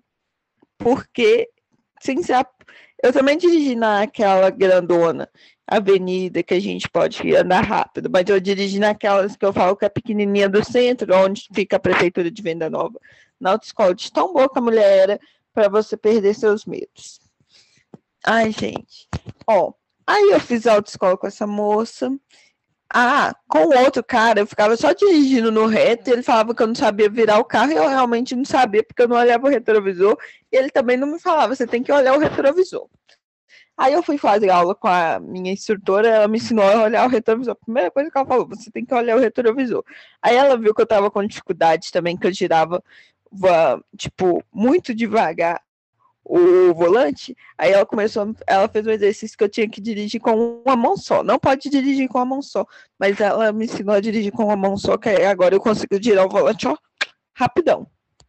Porque, sem ser, eu também dirigi naquela grandona avenida que a gente pode andar rápido, mas eu dirigi naquelas que eu falo que é pequenininha do centro, onde fica a prefeitura de Venda Nova, na autoescola, de tão boa que a mulher era, para você perder seus medos. Ai, gente. Aí eu fiz autoescola com essa moça. Com o outro cara, eu ficava só dirigindo no reto, e ele falava que eu não sabia virar o carro, e eu realmente não sabia, porque eu não olhava o retrovisor, e ele também não me falava, você tem que olhar o retrovisor. Aí eu fui fazer aula com a minha instrutora, ela me ensinou a olhar o retrovisor. A primeira coisa que ela falou, você tem que olhar o retrovisor. Aí ela viu que eu tava com dificuldade também, que eu girava, tipo, muito devagar o volante. Aí ela fez um exercício que eu tinha que dirigir com uma mão só. Não pode dirigir com uma mão só, mas ela me ensinou a dirigir com uma mão só, que agora eu consigo girar o volante, rapidão.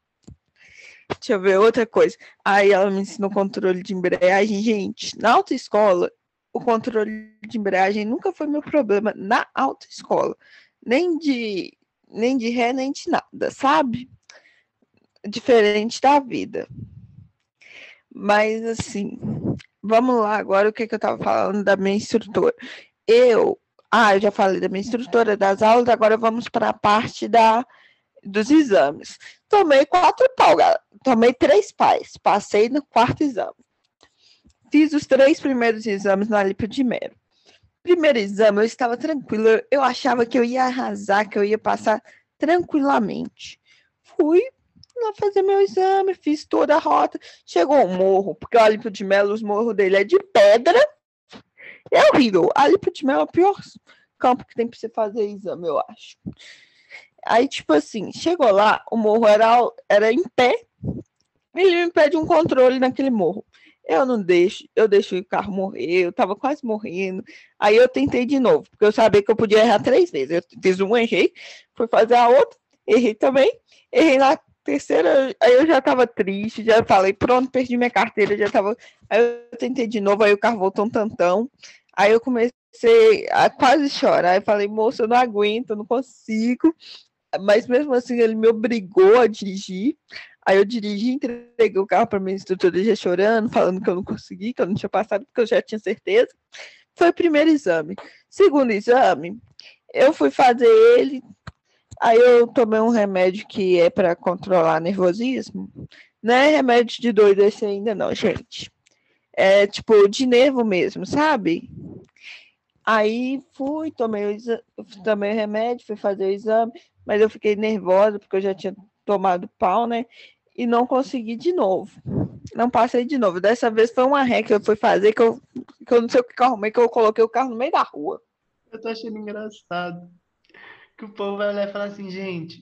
Deixa eu ver outra coisa. Aí ela me ensinou controle de embreagem. Gente, na autoescola, o controle de embreagem nunca foi meu problema na autoescola. Nem de ré, nem de nada, sabe? Diferente da vida. Mas, assim, vamos lá agora o que eu estava falando da minha instrutora. Eu já falei da minha instrutora, das aulas, agora vamos para a parte dos exames. Tomei 4 pau, galera. Tomei 3 pais. Passei no 4º exame. Fiz os 3 primeiros exames no Alípio de Melo. Primeiro exame, eu estava tranquila. Eu achava que eu ia arrasar, que eu ia passar tranquilamente. Fui lá fazer meu exame, fiz toda a rota. Chegou um morro, porque o Alípio de Melo, os morros dele é de pedra. É horrível. Alípio de Melo é o pior campo que tem para você fazer exame, eu acho. Aí, tipo assim, chegou lá, o morro era em pé, ele me pede um controle naquele morro. Eu não deixo, eu deixei o carro morrer, eu tava quase morrendo. Aí eu tentei de novo, porque eu sabia que eu podia errar 3 vezes. Eu fiz uma, errei, fui fazer a outra, errei também, errei na terceira, aí eu já tava triste, já falei, pronto, perdi minha carteira, já tava. Aí eu tentei de novo, aí o carro voltou um tantão. Aí eu comecei a quase chorar, aí falei, moço, eu não aguento, eu não consigo. Mas mesmo assim ele me obrigou a dirigir. Aí eu dirigi, entreguei o carro para minha instrutora já chorando, falando que eu não consegui, que eu não tinha passado, porque eu já tinha certeza. Foi o primeiro exame. Segundo exame, eu fui fazer ele, aí eu tomei um remédio que é para controlar nervosismo. Não é remédio de doido esse ainda não, gente. É tipo de nervo mesmo, sabe? Aí fui, tomei o remédio, fui fazer o exame, mas eu fiquei nervosa porque eu já tinha tomado pau, né? E não consegui de novo. Não passei de novo. Dessa vez foi uma ré que eu fui fazer que eu não sei o que eu arrumei, que eu coloquei o carro no meio da rua. Eu tô achando engraçado que o povo vai olhar e falar assim, gente,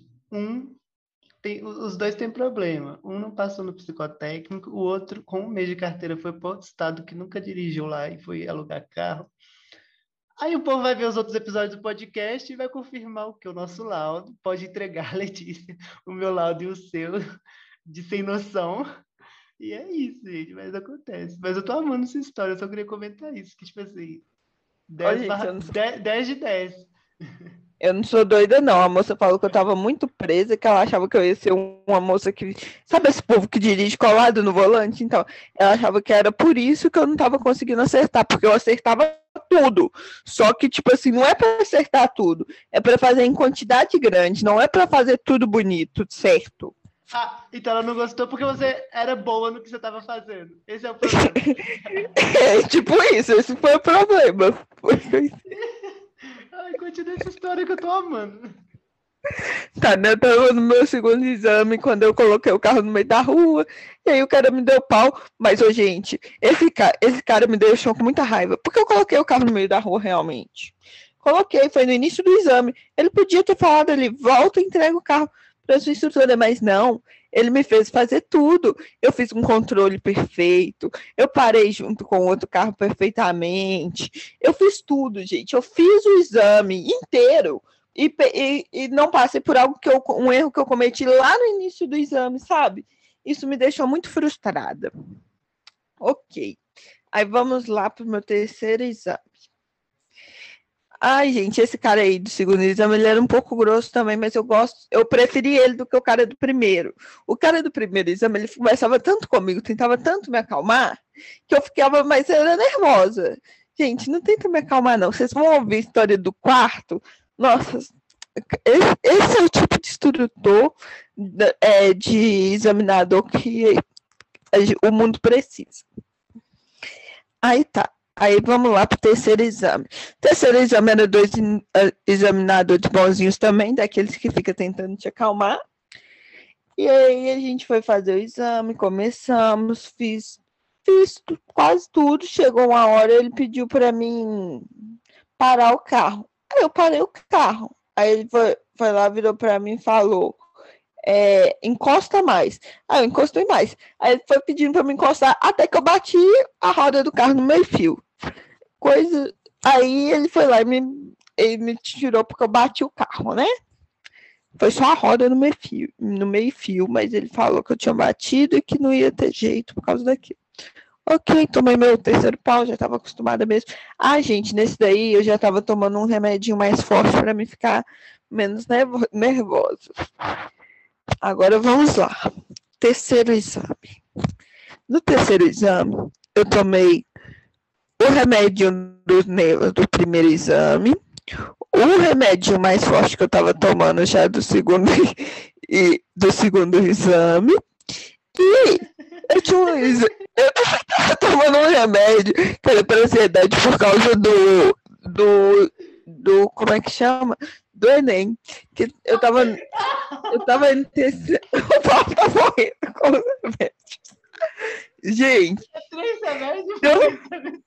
os dois têm problema. Um não passou no psicotécnico, o outro, com um mês de carteira, foi para outro estado que nunca dirigiu lá e foi alugar carro. Aí o povo vai ver os outros episódios do podcast e vai confirmar o que o nosso laudo pode entregar a Letícia, o meu laudo e o seu, de sem noção. E é isso, gente, mas acontece. Mas eu tô amando essa história, eu só queria comentar isso, que tipo assim, 10 gente, 10 de 10. Eu não sou doida, não. A moça falou que eu tava muito presa, que ela achava que eu ia ser uma moça que. Sabe esse povo que dirige colado no volante? Então, ela achava que era por isso que eu não tava conseguindo acertar, porque eu acertava tudo. Só que, tipo assim, não é pra acertar tudo. É pra fazer em quantidade grande, não é pra fazer tudo bonito, certo? Ah, então ela não gostou porque você era boa no que você estava fazendo. Esse é o problema. É, tipo isso, esse foi o problema. Ai, continua essa história que eu tô amando. Tá, né? Eu tava no meu segundo exame, quando eu coloquei o carro no meio da rua, e aí o cara me deu pau. Mas, ô, gente, esse cara me deixou com muita raiva, porque eu coloquei o carro no meio da rua realmente. Coloquei, foi no início do exame. Ele podia ter falado ali, volta e entrega o carro para sua instrutora, mas não. Ele me fez fazer tudo. Eu fiz um controle perfeito. Eu parei junto com o outro carro perfeitamente. Eu fiz tudo, gente. Eu fiz o exame inteiro. E não passei por algo um erro que eu cometi lá no início do exame, sabe? Isso me deixou muito frustrada. Ok. Aí vamos lá para o meu terceiro exame. Ai, gente, esse cara aí do segundo exame, ele era um pouco grosso também, mas eu preferi ele do que o cara do primeiro. O cara do primeiro exame, ele conversava tanto comigo, tentava tanto me acalmar, que eu ficava, mas era nervosa. Gente, não tenta me acalmar, não. Vocês vão ouvir a história do quarto. Nossa, esse é o tipo de instrutor de examinador que o mundo precisa. Aí tá. Aí vamos lá para o terceiro exame. O terceiro exame era 2 examinadores bonzinhos também, daqueles que ficam tentando te acalmar. E aí a gente foi fazer o exame, começamos, fiz quase tudo. Chegou uma hora, ele pediu para mim parar o carro. Aí eu parei o carro. Aí ele foi lá, virou para mim e falou: encosta mais. Aí eu encostei mais. Aí ele foi pedindo para me encostar até que eu bati a roda do carro no meio-fio. Aí ele foi lá e ele me tirou porque eu bati o carro, né? Foi só a roda no meio-fio, mas ele falou que eu tinha batido e que não ia ter jeito por causa daquilo. Ok, tomei meu terceiro pau, já estava acostumada mesmo. Ah, gente, nesse daí eu já estava tomando um remedinho mais forte para me ficar menos nervosa. Agora vamos lá. Terceiro exame. No terceiro exame, eu tomei o remédio do primeiro exame, o remédio mais forte que eu estava tomando já do segundo exame, e eu estava tomando um remédio que era para ansiedade por causa do como é que chama? Do Enem. Que eu tava em terceiro. O Paulo tá morrendo com os remédios. Gente. É 3 remédios?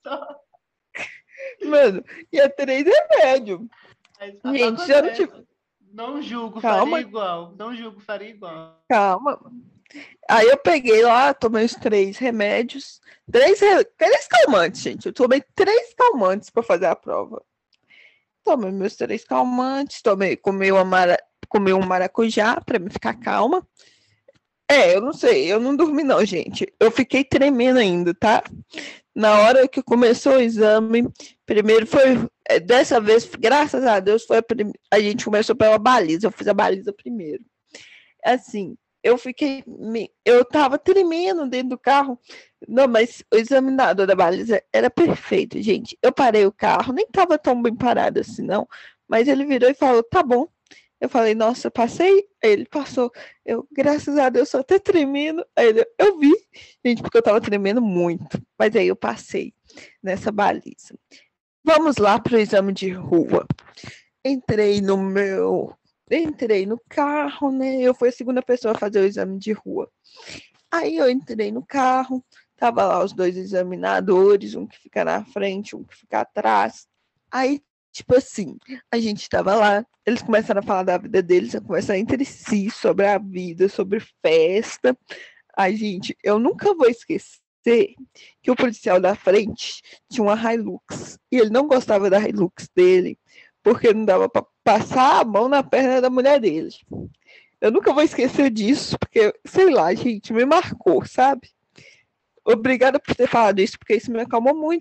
Mano, e é 3 remédios. Gente, já não tive. Não julgo, faria igual. Não julgo, faria igual. Calma. Aí eu peguei lá, tomei os 3 remédios. 3 calmantes, gente. Eu tomei 3 calmantes para fazer a prova. Tomei meus 3 calmantes, comi um maracujá para me ficar calma. Eu não sei, eu não dormi não, gente. Eu fiquei tremendo ainda, tá? Na hora que começou o exame, primeiro dessa vez, graças a Deus, a gente começou pela baliza. Eu fiz a baliza primeiro. Assim, eu tava tremendo dentro do carro. Não, mas o examinador da baliza era perfeito, gente. Eu parei o carro, nem tava tão bem parado assim, não. Mas ele virou e falou, tá bom. Eu falei, nossa, passei? Aí ele passou. Eu, graças a Deus, só até tremendo. Aí eu vi, gente, porque eu tava tremendo muito. Mas aí eu passei nessa baliza. Vamos lá para o exame de rua. Entrei no carro, né? Eu fui a segunda pessoa a fazer o exame de rua. Aí eu entrei no carro, tava lá os 2 examinadores, um que fica na frente, um que fica atrás. Aí, tipo assim, a gente tava lá, eles começaram a falar da vida deles, a conversar entre si sobre a vida, sobre festa. Ai, gente, eu nunca vou esquecer que o policial da frente tinha uma Hilux, e ele não gostava da Hilux dele, porque não dava para passar a mão na perna da mulher dele. Eu nunca vou esquecer disso, porque, sei lá, gente, me marcou, sabe? Obrigada por ter falado isso, porque isso me acalmou muito, porque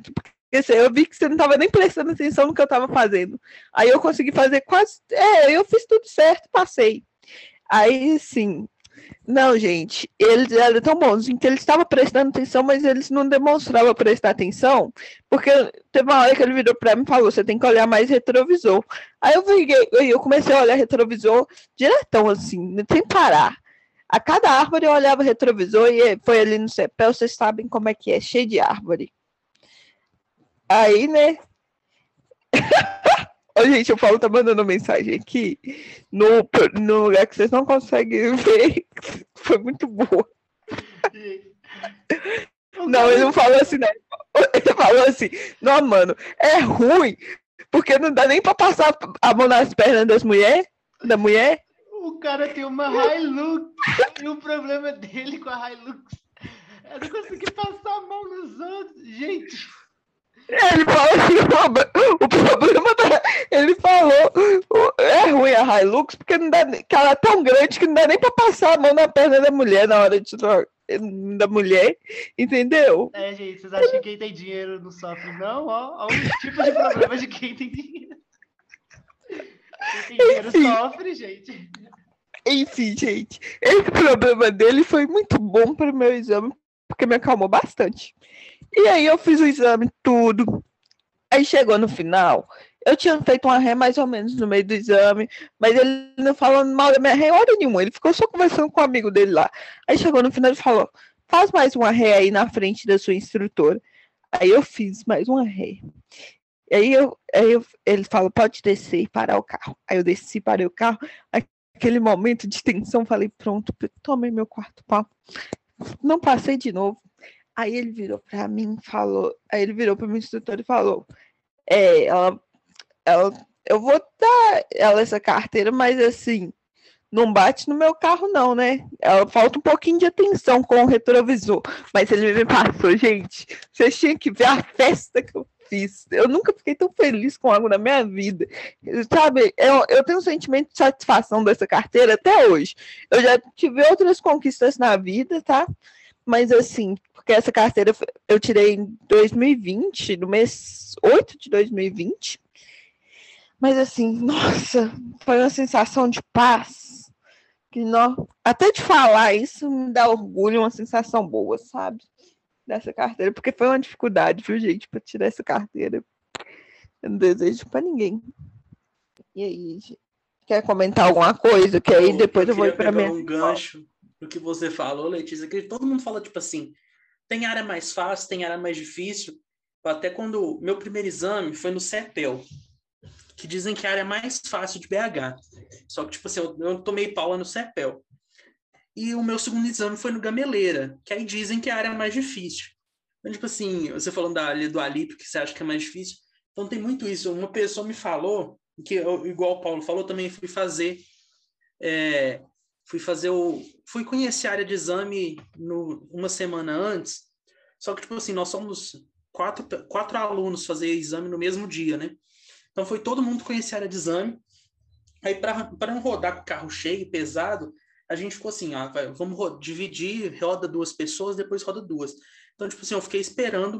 Eu vi que você não estava nem prestando atenção no que eu estava fazendo. Aí eu consegui fazer quase. Eu fiz tudo certo, passei. Aí, sim. Não, gente, eles eram tão bonzinhos que eles estavam prestando atenção, mas eles não demonstravam prestar atenção, porque teve uma hora que ele virou para mim e falou: você tem que olhar mais retrovisor. Aí eu comecei a olhar retrovisor diretão, assim, sem parar. A cada árvore eu olhava retrovisor e foi ali no CEPEL, vocês sabem como é que é, cheio de árvore. Aí, né? Ô, gente, o Paulo tá mandando mensagem aqui no lugar que vocês não conseguem ver. Foi muito boa. Não, ele não falou assim, né? Ele falou assim: não, mano, é ruim, porque não dá nem pra passar a mão nas pernas da mulher. O cara tem uma Hilux e o problema dele com a Hilux é não conseguir passar a mão nos outros. Gente. Ele falou assim, o problema ele falou, é ruim a Hilux, porque não dá, que ela é tão grande que não dá nem pra passar a mão na perna da mulher na hora da mulher, entendeu? Gente, vocês acham que quem tem dinheiro não sofre, não? Ó os tipos de problemas de quem tem dinheiro. Quem tem dinheiro sofre, gente. Enfim, gente, esse problema dele foi muito bom para o meu exame, porque me acalmou bastante. E aí eu fiz o exame, tudo. Aí chegou no final, eu tinha feito uma ré mais ou menos no meio do exame, mas ele não falou mal da minha ré hora nenhuma, ele ficou só conversando com o amigo dele lá. Aí chegou no final e falou: faz mais uma ré aí na frente da sua instrutora. Aí eu fiz mais uma ré. Aí ele falou: pode descer e parar o carro. Aí eu desci, parei o carro. Aquele momento de tensão, falei: pronto, tomei meu quarto pau. Não passei de novo. Aí ele virou para mim e falou, aí ele virou para o meu instrutor e falou: eu vou dar ela essa carteira, mas assim, não bate no meu carro não, né? Ela falta um pouquinho de atenção com o retrovisor. Mas ele me passou, gente, vocês tinham que ver a festa que eu fiz. Eu nunca fiquei tão feliz com algo na minha vida. Sabe, eu tenho um sentimento de satisfação dessa carteira até hoje. Eu já tive outras conquistas na vida, tá? Mas assim, porque essa carteira eu tirei em 2020, no mês 8 de 2020. Mas assim, nossa, foi uma sensação de paz. Que até de falar isso me dá orgulho, uma sensação boa, sabe? Dessa carteira, porque foi uma dificuldade, viu, gente, para tirar essa carteira. Eu não desejo para ninguém. E aí, gente? Quer comentar alguma coisa? Que aí depois eu vou ir para minha... um gancho do que você falou, Letícia, que todo mundo fala, tipo assim, tem área mais fácil, tem área mais difícil. Até quando meu primeiro exame foi no CEPEL, que dizem que a área é mais fácil de BH. Só que, tipo assim, eu tomei pau lá no CEPEL. E o meu segundo exame foi no Gameleira, que aí dizem que a área é mais difícil. Então, tipo assim, você falando do Alípio, que você acha que é mais difícil. Então tem muito isso. Uma pessoa me falou, que eu, igual o Paulo falou, também fui conhecer a área de exame uma semana antes. Só que, tipo assim, nós somos quatro alunos fazer exame no mesmo dia, né? Então foi todo mundo conhecer a área de exame. Aí para não rodar com o carro cheio, pesado, a gente ficou assim, vamos dividir, roda 2 pessoas, depois roda 2. Então, tipo assim, eu fiquei esperando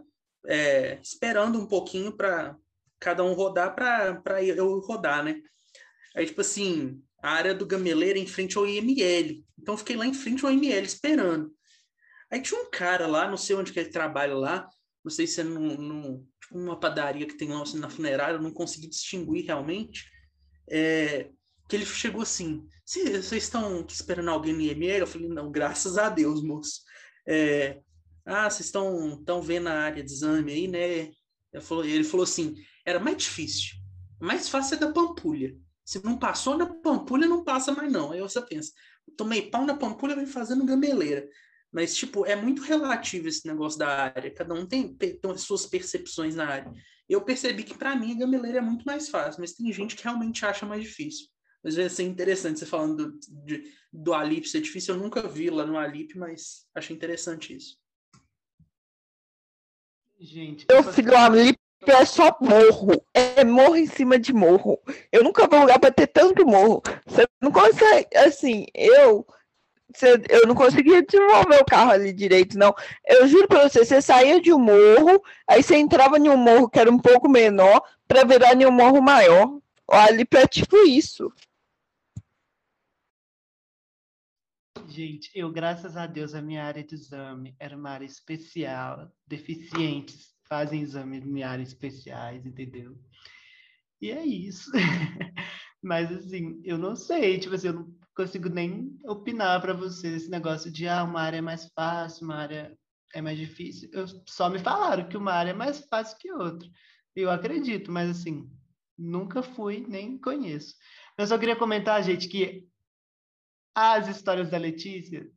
um pouquinho para cada um rodar para eu rodar, né? Aí, tipo assim, a área do Gameleira em frente ao IML. Então, eu fiquei lá em frente ao IML esperando. Aí tinha um cara lá, não sei onde que ele trabalha lá, não sei se é tipo uma padaria que tem lá assim, na funerária, eu não consegui distinguir realmente, que ele chegou assim: vocês estão esperando alguém no IML? Eu falei: não, graças a Deus, moço. Vocês estão vendo a área de exame aí, né? Ele falou assim: era mais difícil. Mais fácil é da Pampulha. Se não passou na Pampulha, não passa mais não. Aí você pensa: tomei pau na Pampulha, vem fazendo Gameleira. Mas, tipo, é muito relativo esse negócio da área. Cada um tem as suas percepções na área. Eu percebi que, para mim, a Gameleira é muito mais fácil, mas tem gente que realmente acha mais difícil. Às vezes é interessante você falando do Alípio ser difícil. Eu nunca vi lá no Alípio, mas achei interessante isso. Gente, meu filho, o Alípio é só morro. É morro em cima de morro. Eu nunca vou lugar para ter tanto morro. Você não consegue, assim, eu eu não conseguia desenvolver o carro ali direito, não. Eu juro pra você, você saía de um morro, aí você entrava em um morro que era um pouco menor, pra virar em um morro maior. Ali pra tipo isso. Gente, graças a Deus, a minha área de exame era uma área especial. Deficientes fazem exames em áreas especiais, entendeu? E é isso. Mas, assim, eu não sei, tipo assim, eu não consigo nem opinar para você esse negócio de, uma área é mais fácil, uma área é mais difícil. Só me falaram que uma área é mais fácil que outra. Eu acredito, mas, assim, nunca fui, nem conheço. Eu só queria comentar, gente, que as histórias da Letícia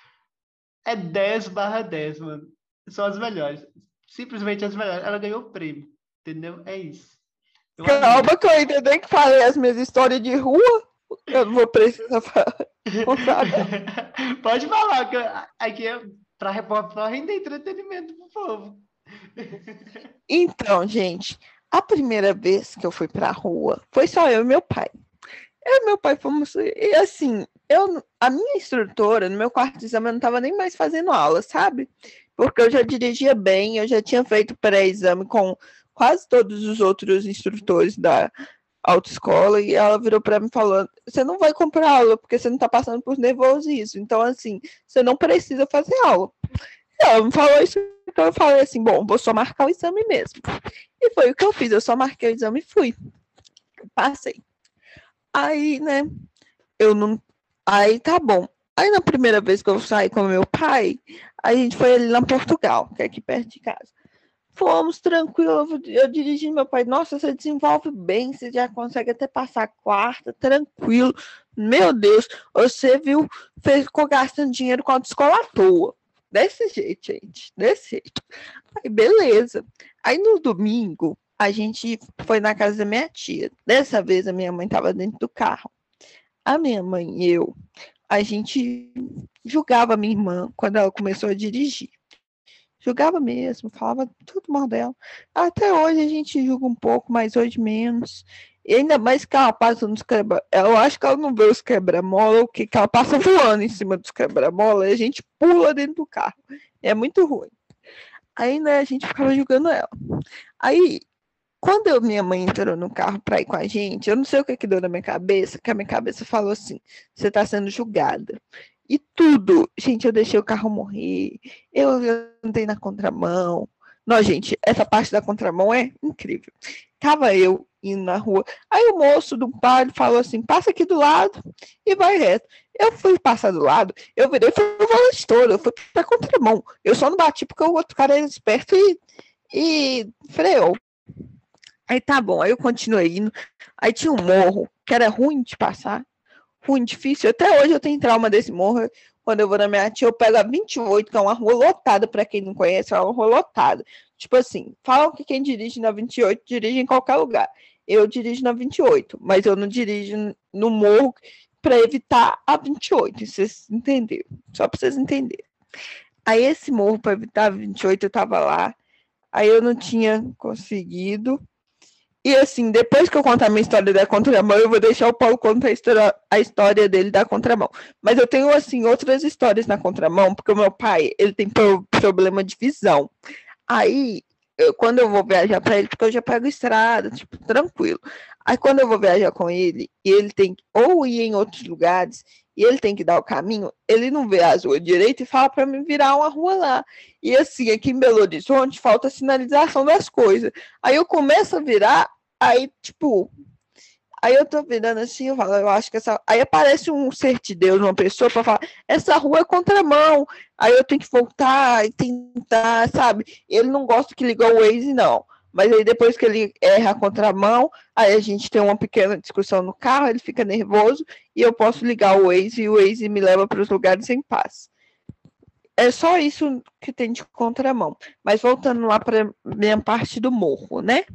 é 10/10, mano. São as melhores. Simplesmente as melhores. Ela ganhou o prêmio, entendeu? É isso. Eu amei. Calma que eu ainda nem que falei as minhas histórias de rua. Eu não vou precisar contar. Pode falar, que aqui é para render entretenimento pro povo. Então, gente, a primeira vez que eu fui pra rua foi só eu e meu pai. Eu e meu pai fomos. E assim, a minha instrutora, no meu quarto de exame, eu não estava nem mais fazendo aula, sabe? Porque eu já dirigia bem, eu já tinha feito pré-exame com quase todos os outros instrutores da autoescola, e ela virou para mim falando: você não vai comprar aula, porque você não está passando por nervosismo. Então, assim, você não precisa fazer aula. Ela me falou isso, então eu falei assim: bom, vou só marcar o exame mesmo. E foi o que eu fiz, eu só marquei o exame e fui. Passei. Aí, né, eu não. Aí tá bom. Aí na primeira vez que eu saí com meu pai, a gente foi ali na Portugal, que é aqui perto de casa. Fomos tranquilo, eu dirigi meu pai, nossa, você desenvolve bem, você já consegue até passar a quarta, tranquilo. Meu Deus, você viu, ficou gastando dinheiro com a autoescola à toa. Desse jeito, gente, desse jeito. Aí, beleza. Aí no domingo, a gente foi na casa da minha tia. Dessa vez, a minha mãe estava dentro do carro. A minha mãe e eu, a gente julgava a minha irmã quando ela começou a dirigir. Julgava mesmo, falava tudo mal dela. Até hoje a gente julga um pouco, mas hoje menos. E ainda mais que ela passa nos quebra... Eu acho que ela não vê os quebra-mola, o que ela passa voando em cima dos quebra-mola e a gente pula dentro do carro. É muito ruim. Aí, né, a gente ficava julgando ela. Aí, quando minha mãe entrou no carro para ir com a gente, eu não sei o que deu na minha cabeça, que a minha cabeça falou assim: você está sendo julgada. E tudo, gente, eu deixei o carro morrer, eu andei na contramão. Não, gente, essa parte da contramão é incrível. Tava eu indo na rua, aí o moço do pai falou assim: passa aqui do lado e vai reto. Eu fui passar do lado, eu virei, fui no volante todo, eu fui pra contramão. Eu só não bati porque o outro cara era esperto e freou. Aí tá bom, aí eu continuei indo. Aí tinha um morro que era ruim de passar, ruim, difícil. Até hoje eu tenho trauma desse morro. Quando eu vou na minha tia, eu pego a 28, que é uma rua lotada, para quem não conhece, é uma rua lotada. Tipo assim, falam que quem dirige na 28 dirige em qualquer lugar. Eu dirijo na 28, mas eu não dirijo no morro para evitar a 28, vocês entenderam? Só para vocês entenderem. Aí esse morro, para evitar a 28, eu tava lá, aí eu não tinha conseguido. E assim, depois que eu contar a minha história da contramão, eu vou deixar o Paulo contar a história dele da contramão. Mas eu tenho, assim, outras histórias na contramão, porque o meu pai, ele tem problema de visão. Aí, quando eu vou viajar para ele, porque eu já pego estrada, tipo, tranquilo. Aí, quando eu vou viajar com ele, e ele tem que ou ir em outros lugares, e ele tem que dar o caminho, ele não vê as ruas direito e fala para mim virar uma rua lá. E assim, aqui em Belo Horizonte, falta sinalização das coisas. Aí eu começo a virar, aí, tipo, aí eu tô virando assim, eu falo, eu acho que essa. Aí aparece um ser de Deus, uma pessoa, para falar, essa rua é contramão. Aí eu tenho que voltar e tentar, sabe? Ele não gosta que liga o Waze, não. Mas aí depois que ele erra a contramão, aí a gente tem uma pequena discussão no carro, ele fica nervoso e eu posso ligar o Waze e o Waze me leva para os lugares em paz. É só isso que tem de contramão. Mas voltando lá para minha parte do morro, né?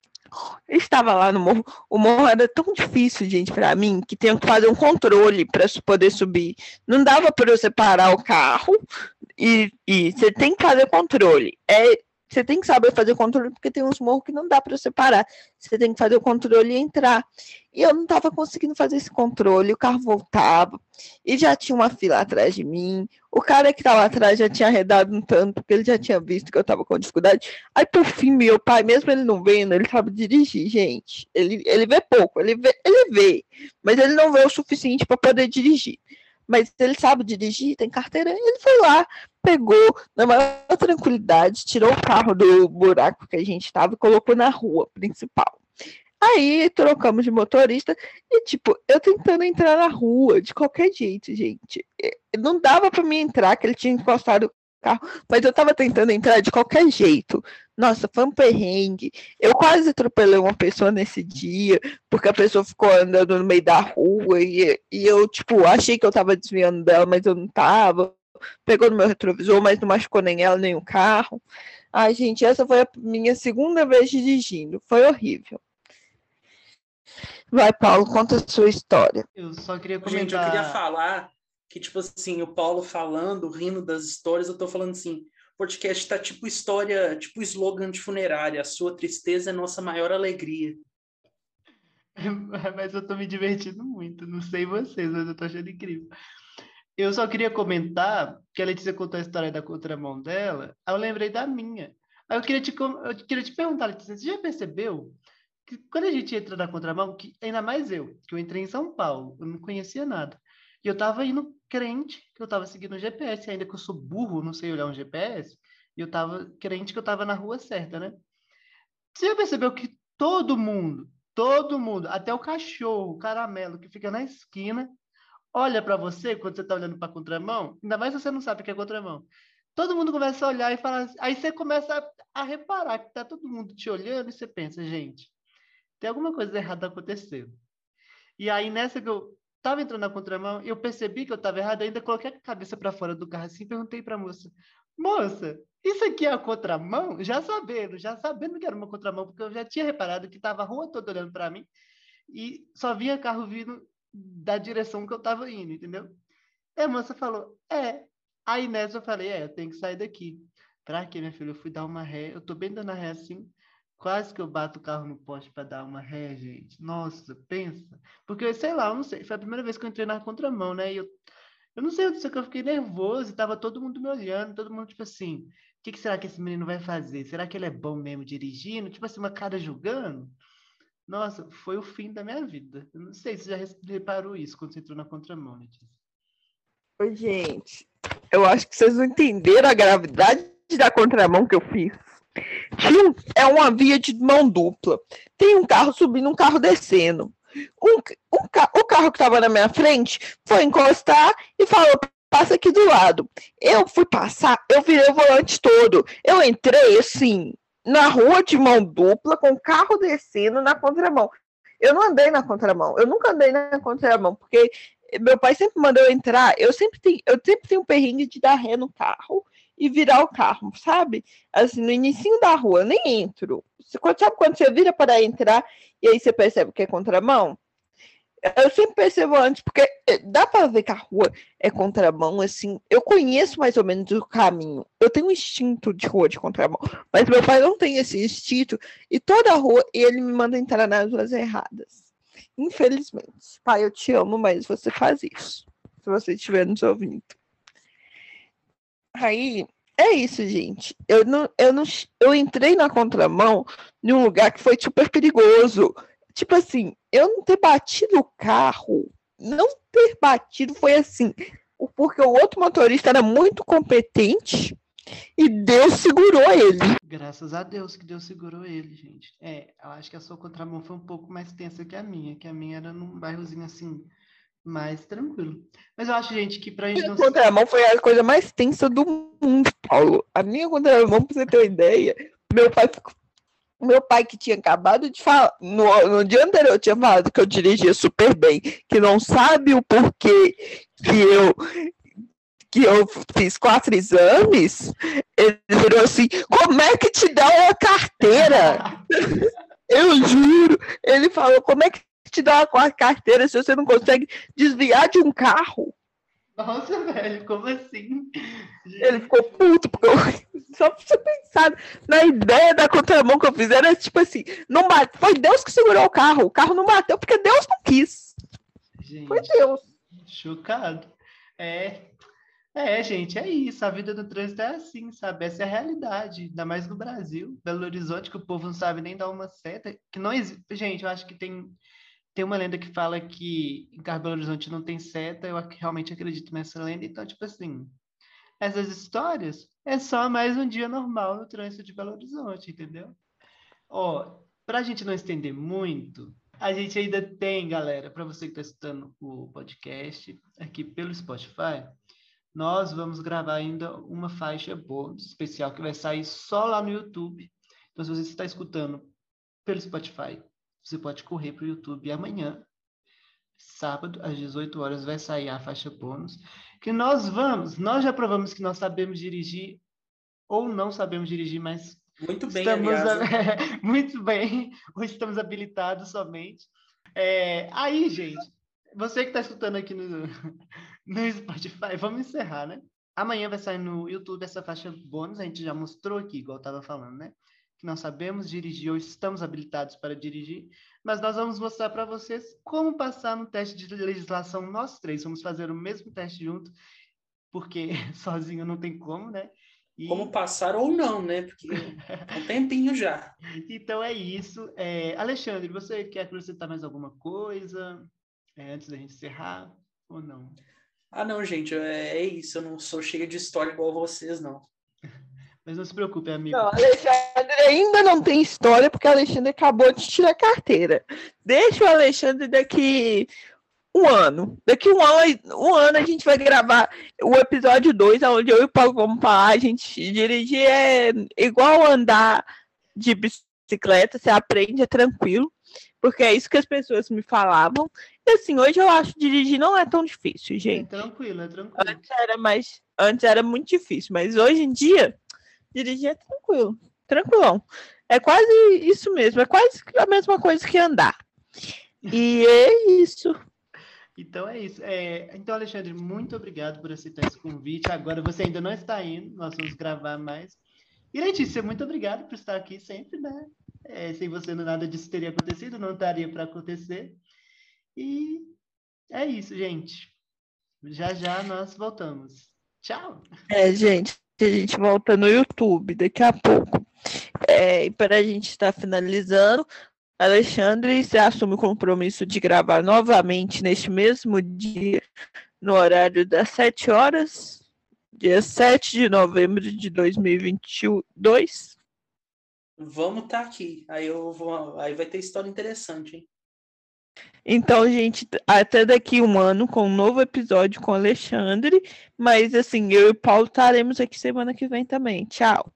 Eu estava lá no morro. O morro era tão difícil, gente, para mim, que tinha que fazer um controle para poder subir. Não dava para você parar o carro e você tem que fazer controle. você tem que saber fazer o controle, porque tem uns morros que não dá para separar. Você tem que fazer o controle e entrar. E eu não estava conseguindo fazer esse controle, o carro voltava, e já tinha uma fila atrás de mim. O cara que estava atrás já tinha arredado um tanto, porque ele já tinha visto que eu estava com dificuldade. Aí, por fim, meu pai, mesmo ele não vendo, ele sabe dirigir, gente. Ele vê pouco, ele vê, mas ele não vê o suficiente para poder dirigir. Mas ele sabe dirigir, tem carteira, ele foi lá, pegou na maior tranquilidade, tirou o carro do buraco que a gente estava e colocou na rua principal. Aí trocamos de motorista e, tipo, eu tentando entrar na rua de qualquer jeito, gente. Não dava para mim entrar, que ele tinha encostado o carro, mas eu tava tentando entrar de qualquer jeito. Nossa, foi um perrengue. Eu quase atropelei uma pessoa nesse dia, porque a pessoa ficou andando no meio da rua e eu, tipo, achei que eu tava desviando dela, mas eu não tava. Pegou no meu retrovisor, mas não machucou nem ela, nem o carro. Ai, gente, essa foi a minha segunda vez dirigindo. Foi horrível. Vai, Paulo, conta a sua história. Eu só queria comentar... Gente, eu queria falar que, tipo assim, o Paulo falando, rindo das histórias, eu tô falando assim, o podcast tá tipo história, tipo slogan de funerária, a sua tristeza é nossa maior alegria. Mas eu tô me divertindo muito, não sei vocês, mas eu tô achando incrível. Eu só queria comentar que a Letícia contou a história da contramão dela, aí eu lembrei da minha. Aí eu queria te perguntar, Letícia, você já percebeu que quando a gente entra na contramão, que ainda mais eu, que eu entrei em São Paulo, eu não conhecia nada. E eu tava indo crente que eu tava seguindo o GPS, ainda que eu sou burro, não sei olhar um GPS, e eu tava crente que eu tava na rua certa, né? Você já percebeu que todo mundo, até o cachorro, o caramelo que fica na esquina, olha para você quando você tá olhando para contramão, ainda mais se você não sabe o que é contramão. Todo mundo começa a olhar e falar assim, aí você começa a reparar que tá todo mundo te olhando e você pensa, gente, tem alguma coisa errada acontecendo. E aí, nessa que eu tava entrando na contramão, eu percebi que eu tava errado, ainda coloquei a cabeça para fora do carro assim, perguntei pra moça, isso aqui é a contramão? Já sabendo que era uma contramão, porque eu já tinha reparado que tava a rua toda olhando para mim e só via carro vindo da direção que eu tava indo, entendeu? E a moça falou, é. Aí nessa eu falei, eu tenho que sair daqui. Pra quê, minha filha? Eu fui dar uma ré, eu tô bem dando a ré assim, quase que eu bato o carro no poste para dar uma ré, gente. Nossa, pensa. Porque, sei lá, eu não sei. Foi a primeira vez que eu entrei na contramão, né? E eu não sei o que eu fiquei nervoso e tava todo mundo me olhando, todo mundo, tipo assim, o que será que esse menino vai fazer? Será que ele é bom mesmo dirigindo? Tipo assim, uma cara julgando? Nossa, foi o fim da minha vida. Eu não sei se você já reparou isso quando você entrou na contramão, Letícia. Oi, gente. Eu acho que vocês não entenderam a gravidade da contramão que eu fiz. É uma via de mão dupla. Tem um carro subindo, um carro descendo. O carro que estava na minha frente foi encostar e falou, passa aqui do lado. Eu fui passar, eu virei o volante todo. Eu entrei, assim, na rua de mão dupla, com o carro descendo na contramão. Eu não andei na contramão. Eu nunca andei na contramão, porque meu pai sempre mandou eu entrar. Eu sempre tenho um perrengue de dar ré no carro e virar o carro, sabe? Assim, no inicinho da rua, eu nem entro. Sabe quando você vira para entrar e aí você percebe que é contramão? Eu sempre percebo antes, porque dá para ver que a rua é contramão, assim. Eu conheço mais ou menos o caminho. Eu tenho um instinto de rua de contramão, mas meu pai não tem esse instinto. E toda a rua, ele me manda entrar nas ruas erradas. Infelizmente. Pai, eu te amo, mas você faz isso. Se você estiver nos ouvindo. Aí, é isso, gente. Eu entrei na contramão em um lugar que foi super perigoso. Tipo assim, eu não ter batido o carro, não ter batido foi assim, porque o outro motorista era muito competente e Deus segurou ele. Graças a Deus que Deus segurou ele, gente. Eu acho que a sua contramão foi um pouco mais tensa que a minha era num bairrozinho assim, mais tranquilo. Mas eu acho, gente, que pra gente não... A contramão foi a coisa mais tensa do mundo, Paulo. A minha contramão, pra você ter uma ideia, meu pai que tinha acabado de falar, no dia anterior tinha falado que eu dirigia super bem, que não sabe o porquê que eu fiz 4 exames, ele virou assim, como é que te dá uma carteira? Eu juro, ele falou, como é que te dá uma carteira se você não consegue desviar de um carro? Nossa, velho, como assim? Ele ficou puto, porque Só pra você pensar na ideia da contramão que eu fiz. Era tipo assim, não bate, foi Deus que segurou o carro não bateu porque Deus não quis. Gente, Foi Deus. chocado. Gente, é isso. A vida no trânsito é assim, sabe? Essa é a realidade, ainda mais no Brasil, Belo Horizonte, que o povo não sabe nem dar uma seta, que não existe. Gente, eu acho que tem uma lenda que fala que em Belo Horizonte não tem seta, eu realmente acredito nessa lenda, então, tipo assim, essas histórias é só mais um dia normal no trânsito de Belo Horizonte, entendeu? Ó, pra gente não estender muito, a gente ainda tem, galera, para você que está escutando o podcast aqui pelo Spotify, nós vamos gravar ainda uma faixa bônus especial que vai sair só lá no YouTube. Então, se você está escutando pelo Spotify, você pode correr para o YouTube e amanhã, sábado, às 18 horas, vai sair a faixa bônus. Que nós já provamos que nós sabemos dirigir ou não sabemos dirigir, mas Muito bem, estamos aliás, né? muito bem, ou estamos habilitados somente. Aí, gente, você que está escutando aqui no Spotify, vamos encerrar, né? Amanhã vai sair no YouTube essa faixa bônus, a gente já mostrou aqui, igual eu estava falando, né? Que nós sabemos dirigir ou estamos habilitados para dirigir, mas nós vamos mostrar para vocês como passar no teste de legislação nós três. Vamos fazer o mesmo teste junto, porque sozinho não tem como, né? Como passar ou não, né? Porque é um tempinho já. Então é isso. Alexandre, você quer acrescentar mais alguma coisa antes da gente encerrar ou não? Ah, não, gente, é isso. Eu não sou cheio de história igual vocês, não. Mas não se preocupe, amigo. Não, Alexandre ainda não tem história porque o Alexandre acabou de tirar a carteira. Deixa o Alexandre daqui um ano. Daqui um ano a gente vai gravar o episódio 2, onde eu e o Paulo vamos falar. A gente dirigir é igual andar de bicicleta, você aprende, é tranquilo. Porque é isso que as pessoas me falavam. E assim, hoje eu acho que dirigir não é tão difícil, gente. É tranquilo. Antes era muito difícil, mas hoje em dia, dirigir é tranquilo. Tranquilão. É quase isso mesmo, é quase a mesma coisa que andar. E é isso. Então é isso. Então, Alexandre, muito obrigado por aceitar esse convite. Agora você ainda não está indo, nós vamos gravar mais. E Letícia, muito obrigado por estar aqui sempre, né? Sem você nada disso teria acontecido, não estaria para acontecer. E é isso, gente. Já já nós voltamos. Tchau! Gente, a gente volta no YouTube daqui a pouco. E para a gente estar finalizando, Alexandre, você assume o compromisso de gravar novamente neste mesmo dia, no horário das 7 horas, dia 7 de novembro de 2022? Vamos estar aqui. Aí vai ter história interessante, hein? Então, gente, até daqui um ano com um novo episódio com o Alexandre. Mas, assim, eu e o Paulo estaremos aqui semana que vem também. Tchau!